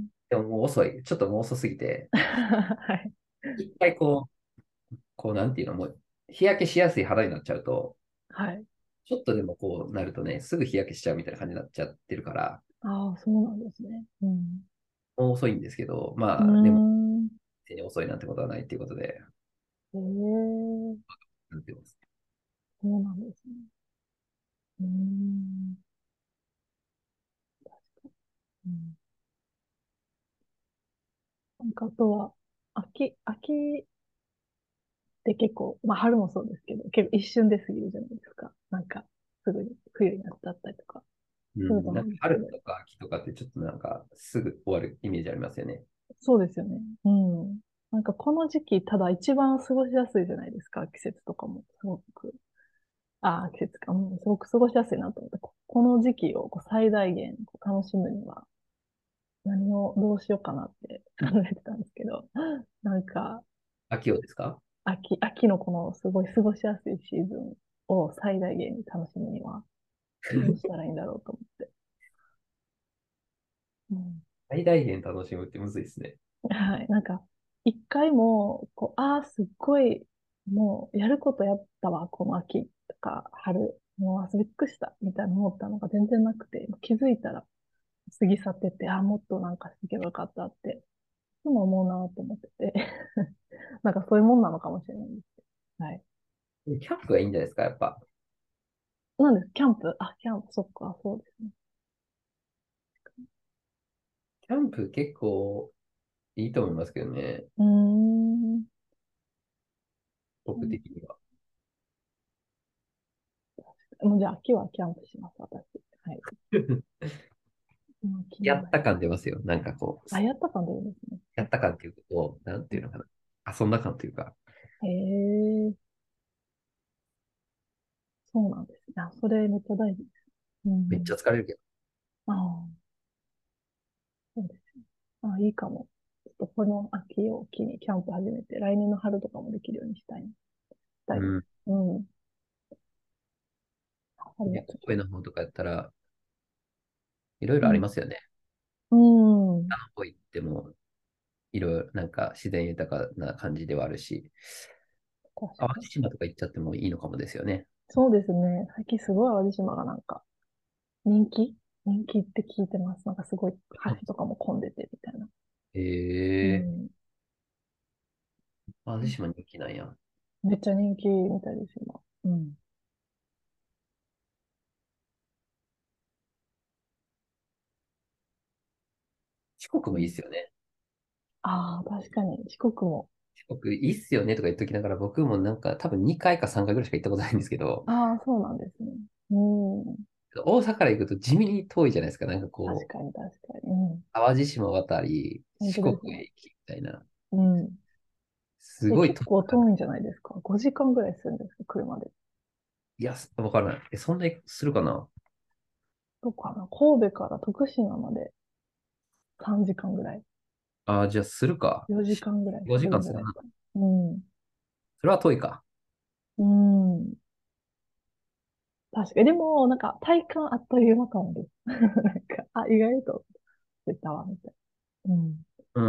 でももう遅い。ちょっともう遅すぎて、 はい。 一回こう、こうなんていうの、もう日焼けしやすい肌になっちゃうと、 はい。 ちょっとでもこうなるとね、すぐ日焼けしちゃうみたいな感じになっちゃってるから、 ああ、そうなんですね。うん。 もう遅いんですけど、 うーまあ、でも、 ん。 手に遅いなんてことはないっていうことで、 ええ、 なってます。 そうなんですね。うーん。うん、なんかあとは、秋、秋って結構、まあ春もそうですけど、結構一瞬で過ぎるじゃないですか。なんか、すぐに冬になっちゃったりとか、するとうん、なんか思うんですけど。 春とか秋とかってちょっとなんかすぐ終わるイメージありますよね。 そうですよね。うん。なんかこの時期、ただ一番過ごしやすいじゃないですか、季節とかも。すごく。ああ、季節か。うん、すごく過ごしやすいなと思って、ここの時期をこう最大限こう楽しむには、何をどうしようかなって考えてたんですけど、なんか、 秋をですか？ 秋、秋のこのすごい過ごしやすいシーズンを最大限に楽しむには、どうしたらいいんだろうと思って。うん、 最大限楽しむってむずいですね。 はい。なんか、一回も、こう、ああ、すっごい、もう、やることやったわ、この秋とか、春、もう遊び尽くした、みたいな思ったのが全然なくて、気づいたら過ぎ去ってて、ああ、もっとなんかしていけばよかったって、いつも思うなと思ってて、なんかそういうもんなのかもしれないです。はい。 キャンプがいいんじゃないですか、やっぱ。 なんです、キャンプ、あ、キャンプ、そっか、そうですね。 キャンプ結構いいと思いますけどね、 うーん。 僕的には。 もうじゃあ、秋はキャンプします、私。はい。うん、気になる。 やった感出ますよ。なんかこう、 あ、やった感出るんですね。 やった感っていうこと、なんていうのかな。遊んだ感というか、 へえ、そうなんですね。あ、それめっちゃ大事です。うめっちゃん。 疲れるけど。 ああ、そうですね。あ、いいかも。ちょっとこの秋を機にキャンプ始めて、来年の春とかもできるようにしたいな、したいです。 うん。 うん。春はで、 ちょっと。 神戸の方とかやったら、いろいろありうん。 ますよね。 うん。 あの方行っても、いろいろなんか自然豊かな感じではあるし、 確かに。 淡路島とか行っちゃってもいいのかもですよね。 そうですね。最近すごい淡路島がなんか人気人気って聞いてます。なんかすごい橋とかも混んでてみたいな。うええん。 ー、淡路島人気なんや。 めっちゃ人気みたいです、今。うん。 四国もいいっうん、 すよね。 ああ、確かに。四国も。 四国いいっすよねとか言っときながら、僕もなんか多分にかいかさんかいぐらいしか行ったことないんですけど、 ああ、そうなんですね。うん。 大阪から行くと地味に遠いじゃないですか。なんかこう、 確かに、確かに。うん。 淡路島渡り、 本四国当ですね。 へ行きみたいな。 うん。え、 すごい結遠くなる。 構遠いんじゃないですか？ ご 時間ぐらいするんですか、車で。 いや、わからない。え、そんなにするかな？ どうかな、神戸から徳島までさんじかんぐらい。 ああー、じゃあするか。 よじかんぐらいす 5 る時間するな。 んじゃないですか。うん。 それは遠いか。 うん。確かに。でも、なんか、体感あっという間かもです。なんか、あ、意外と、ついたわ、みたいな。うん。 うん。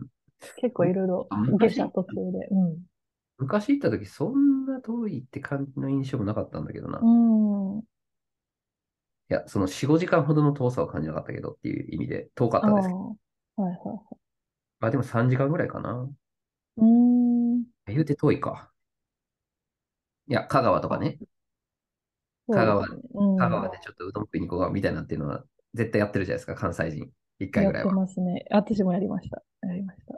結構いろいろ、下車昔、 途中で。うん。 昔行った時そんな遠いって感じの印象もなかったんだけどな。 うん。 いや、そのよん、ごじかんほどの遠さを感じなかったけどっていう意味で遠かっああ、 たですけど。 はいはいはまあでもさんじかんぐらいかな。 い。うーん。 言うて遠いか。いや、香川とかあ、 ね。香川、 そうですね。うん。 香川でちょっとうどん食いに行こうかみたいなっていうのは絶対やってるじゃないですか、関西人。一回やってぐらいは。 ますね。私もやりました。やりました。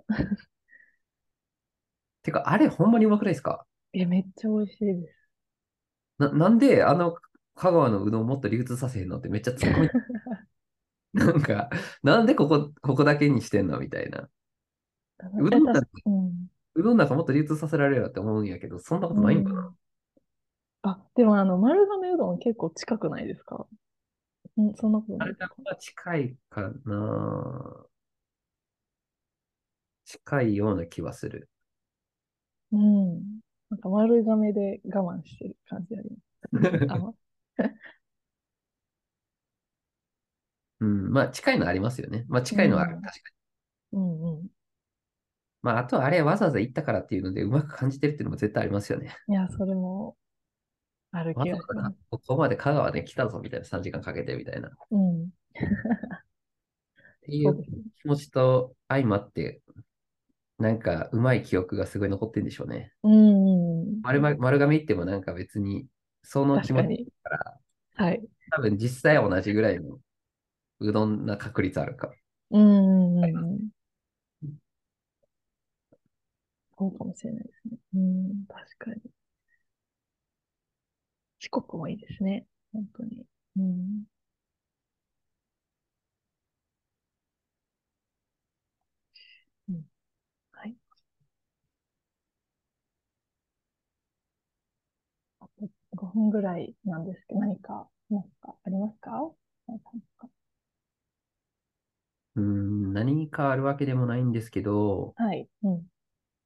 てか、あれほんまにうまくないですか？ え、めっちゃ美味しいです。 な、なんであの香川のうどんをもっと流通させへんのってめっちゃ突っ込み、なんか、なんでここ、ここだけにしてんのみたいな。うえ、 どんなんか、 確か、うん。 うどんなんかもっと流通させられるよって思うんやけど、そんなこうとないんかん。あ、でもあの、丸亀うどん結構近くないですか？うん、そんなことな。あれないですか？ は近いかな。近いような気はする。 うん。なんか丸亀で我慢してる感じあります。あ、ま、 うん、まあ近いのありますよね。まあう近いのはある。 ん。 確かに。 うんうん。 まああとはあれわざわざ行ったからっていうのでうまく感じてるっていうのも絶対ありますよね。 いや、それもあるわ気ざわざかがします。 ここまで香川で来たぞみたいなさんじかんかんかけてみたいな。っうん。 ていうそうですね。 気持ちと相まって、なんかうまい記憶がすごい残ってるんでしょうね。 うん。 丸ま、丸亀行ってもなんか別にその気持ち確かに。 だからはい。 多分実際は同じぐらいのうどんな確率あるか。 うんうんうんうん。そうかもしれないですね。うん。確かに。四国もいいですね。本当に。うん。うん。はい。あとごふんぐらいなんですけど、何か、何かありますか？何かうーん、何かあるわけでもないんですけど、 はい。うん。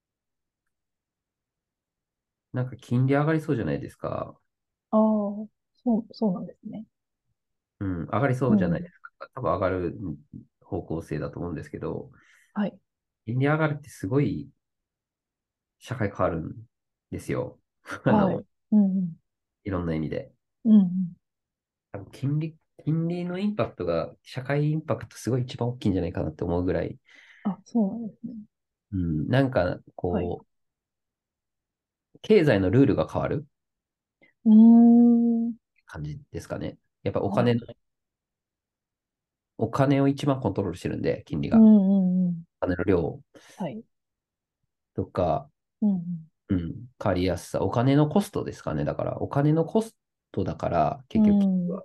なんか金利上がりそうじゃないですか。 ああ、そう、そうなんですね。 うん、上がりそうじゃないでうん。 すか。多分上がる方向性だと思うんですけど、 はい。 金利上がるってすごい社会変わるんですよ。あの、 はい。うんうん。 いろんな意味で。 うんうん。 多分金利、金利のインパクトが、社会インパクトすごい一番大きいんじゃないかなって思うぐらい、 あ、そうなんですね。 うん、なんかはい。 こう、経済のルールが変わるうーん。 感じですかね。やっぱおはい。 金の、お金を一番コントロールしてるんで、金利が。 うんうんうん。 お金の量はい。 とか、 うんうん。 うん、借りやすさ、お金のコストですかね。だから、お金のコストだから、 う結局、 ん。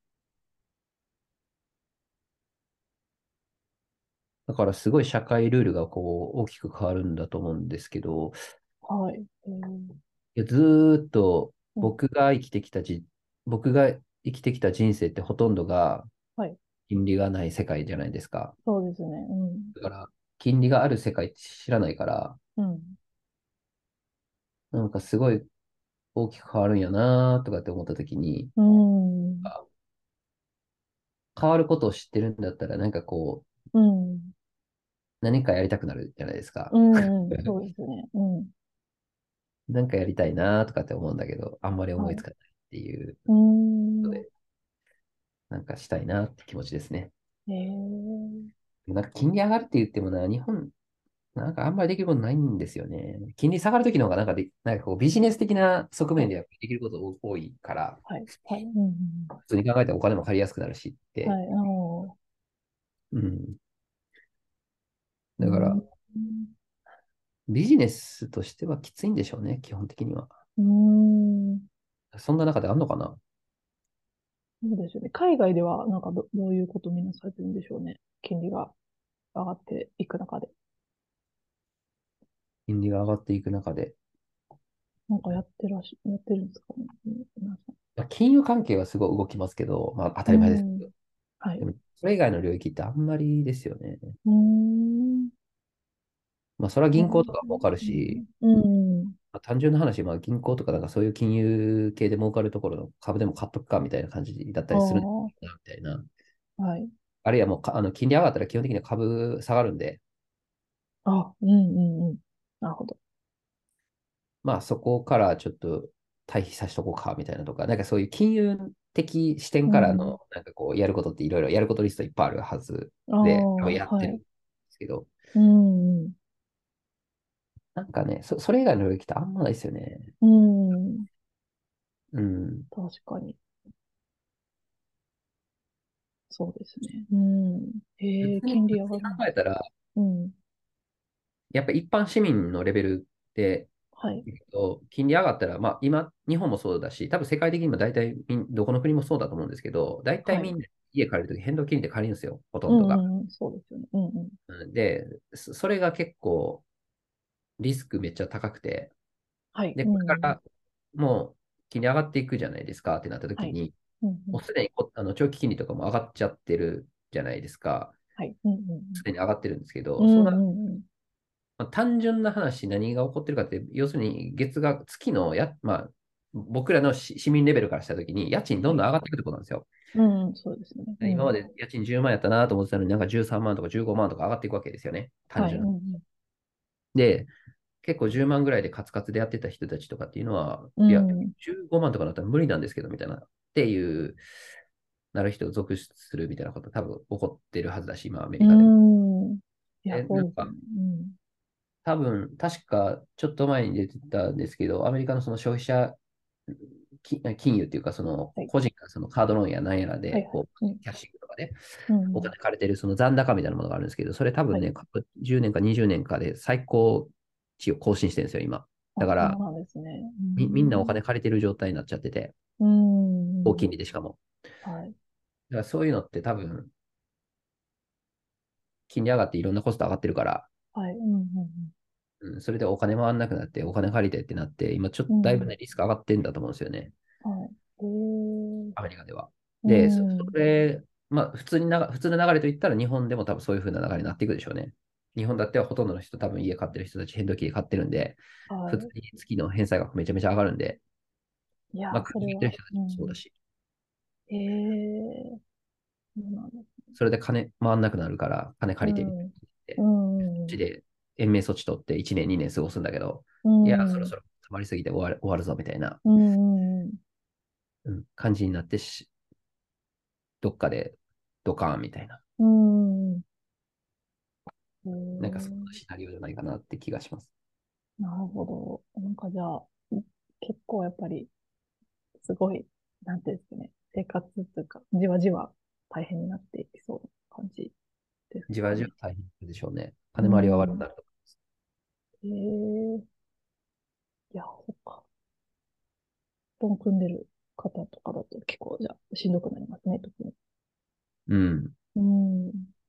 だからすごい社会ルールがこう大きく変わるんだと思うんですけど、 はい。えー、 いやずーっとうん。 僕が生きてきたじ、僕が生きてきた人生ってほとんどがはい。 金利がない世界じゃないですか。 そうですね。うん。 だから、金利がある世界って知らないから、 うん。 なんかすごい大きく変わるんやなとかって思った時に、 うん。 あ変わることを知ってるんだったら、なんかこう、 うん。 何かやりたくなるじゃないですか。 うん。うん。そうですね。うん。 なんかやりたいなとかって思うんだけど、あんまり思はい。 いつかないっていううーん。 ので、なんかしたいなって気持ちですね。 えー、 なんか金利上がるって言ってもな、日本、なんかあんまりできることないんですよね。金利下がるときの方がなんかで、なんかこうビジネス的な側はい。 面でやっぱりできること多いから、 はい。はい。うん。うん。 普通に考えたらお金も借りやすくなるしって。 はい。あのうん。 ー、うだから、 ーん。 ビジネスとしてはきついんでしょうね、基本的には。 うーん。 そんな中であんのかな？ そうですよね。海外では、なんかど、どういうことみんなされてるんでしょうね。金利が上がっていく中で。 金利が上がっていく中で。 なんかやってらし、やってるんですかね。皆さまあ、金融関係はすごい動きますけど、まあ当たり前ですん。うーん。 けど。 はい。 でも、それ以外の領域ってあんまりですよね。 うーん。 まあ、それは銀行そうなんでとか儲かるすね。 し、 うん。 まあ、単純な話、まあ、銀行とかなんかそういう金融系で儲かるところの株でも買っとくかみたいな感じだったありするんだあ、 な、みたいな。 はい。 あるいはもうか、あの、金利上がったら基本的には株下がるんで、 あ、うんうんうん。なるほど。 まあそこからちょっと退避させとこうかみたいなとか、なんかそういう金融的視点うん。 からの、なんかこう、やることっていろいろやることリストいっぱいあるはずあで、多分あ、はい。 やってるんですけど、 うん。 なんかね、そ、それ以外の領域ってあんまないですよね。 うん。 うん。 確かに。そうですね。うん。へえ、 普通に、 金利普通に上がるな。 考えたら、 うん。 やっぱ一般市民のレベルで、 はい。 えっと、金利上がったら、まあ今、日本もそうだし、多分世界的にも大体みん、どこの国もそうだと思うんですけど、大体はい。 みんな家借りるとき変動金利で借りるんですよ、ほとうんどが。 んうん。そうですよね。うんうん。 うんで、そそれが結構リスクめっちゃ高くて、 はい。 で、 うこれかん。 らもう金利上がっていくじゃないですかってなったとはい。 きに、 うんうん。 もうすでにこあの長期金利とかも上がっちゃってるじゃないですか。 はい。うんうんすでに上がってるんですけうん。 ど、 うそうな、 んうんうん。 まあ単純な話、何が起こってるかって、要するに月額、月のや、まあ、僕らの市市民レベルからしたときに、家賃どはい。 んどん上がっていくってことなんですよ。 うんうん。そうですね。うん。 今まで家賃じゅうまんやったなと思ってたのになんかじゅうさんまんとかじゅうごまんとか上がっていくわけですよね。単はい。 純な。 うんで、結構じゅうまんぐらいでカツカツでやってた人たちとかっていうのは、 ういや、 ん。うん。 じゅうごまんとかだったら無理なんですけど、みたいな。っていう、なる人を続出するみたいなこと多分起こってるはずだし、今アメうリカでも。 ん。いや、 で、なんか、 そうですよね。うん。 多分、確かちょっと前に出てたんですけど、アメリカのその消費者き金融っていうか、そのはい。 個人がそのカードローンやなんやらで、 はいはい。 こう、 うん。 キャッシングとかでうん。 お金借りてるその残高みたいなものがあるんですけど、それ多はい。 分ね、過去じゅうねんかにじゅうねんかで最高値を更新してるんですよ、今。だあ、 から、 そうなんですね。うみ、みんなおん。 金借りてる状態になっちゃってて、 うん。 高金利でしかも。 はい。 だからそういうのって多分、金利上がっていろんなコスト上がってるから、 はい。うん。 うん、それでお金回らなくなって、お金借りてってなって、今ちょっとうん。 だいぶね、リスク上がってんだと思うんですよね、 はい。へえ。 アメリカでは。 うで、そそん。 れ、まあ、普通になが、普通の流れといったら、日本でも多分そういう風な流れになっていくでしょうね。日本だってはほとんどの人、多分家買ってる人たち、変動金利買ってるんで、普通はに月の返済額めちゃめちゃ上がるんで、 い。いやまあ、 ー、それは、 借りてる人たちうん。 もそうだし、 へえ。そうなんです。 それで金回んなくなるから、金う借りてみたいん。うな。こっちん。 で延命措置取っていちねん、にねん過ごすんだけど、 ういや、そろん。 そろ溜まりすぎて終わる、終わるぞみたいな、 うん。うん。 うん、感じになってし、どっかでドカーンみたいな、 うん。へなんかそんえ。 なシナリオじゃないかなって気がします。 なるほど。なんかじゃあ、結構やっぱり、すごい、なんていうんですかね、生活というか、じわじわ大変になっていきそうな感じですじわじわかね。 大変でしょうね。 う金回りは悪くん。 なると。 ええ、いや、そっか。布団組んでる方とかだと結構じゃあしんどくなりますね、特に。 うん。 うん。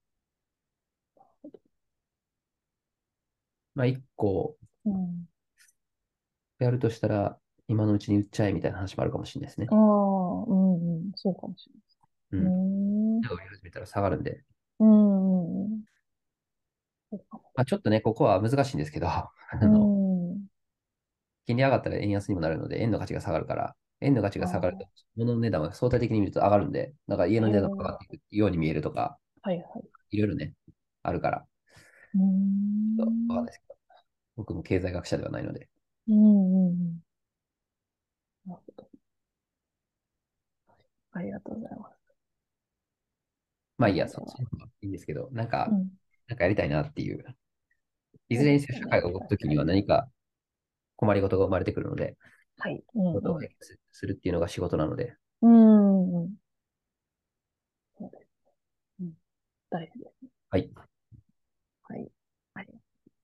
まあ、一個うん。 やるとしたら、今のうちに売っちゃえみたいな話もあるかもしれないですね。 ああ、うんうん、そうかもしれないです。ううん。 ん。うん売り始めたら下がるんで。 うんうん。そうかまあ、ちょっとね、ここは難しいんですけど、あの、 も。うん。 金利上がったら円安にもなるので、円の価値が下がるから、円の価値が下がると、 あ物の値段は相対的に見ると上がるんで、だから家あ、 の値段が上へえ、 がっていくように見えるとか、 はいはい。 いろいろね、あるから、 うーちょっとわかんん。 ないですけど、僕も経済学者ではないので、 うんうんうん。なるほど。ありがとうございます。 まあいいや、そっじゃあ、 ちの方がいいんですけど、なんか、 うん。 なんかやりたいなっていう、いそうずれにせよですよね。 社会が動くときには確かに。 何か困りごとが生まれてくるので、 はい。うんことをうん。 解決するっていうのが仕事なので、 うんうん。そうです。うん。大事です。 はい。 はい。はい。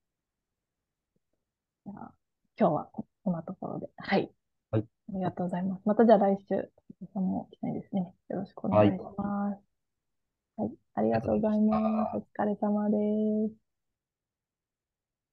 じゃあ、今日はここんなところで。はい。 はい。 ありがとうございます。またじゃあ来週、さんも来たいですね。よろしくおはい。あり願いします。はい。ありががとうございまとうございます。おした。 疲れ様です。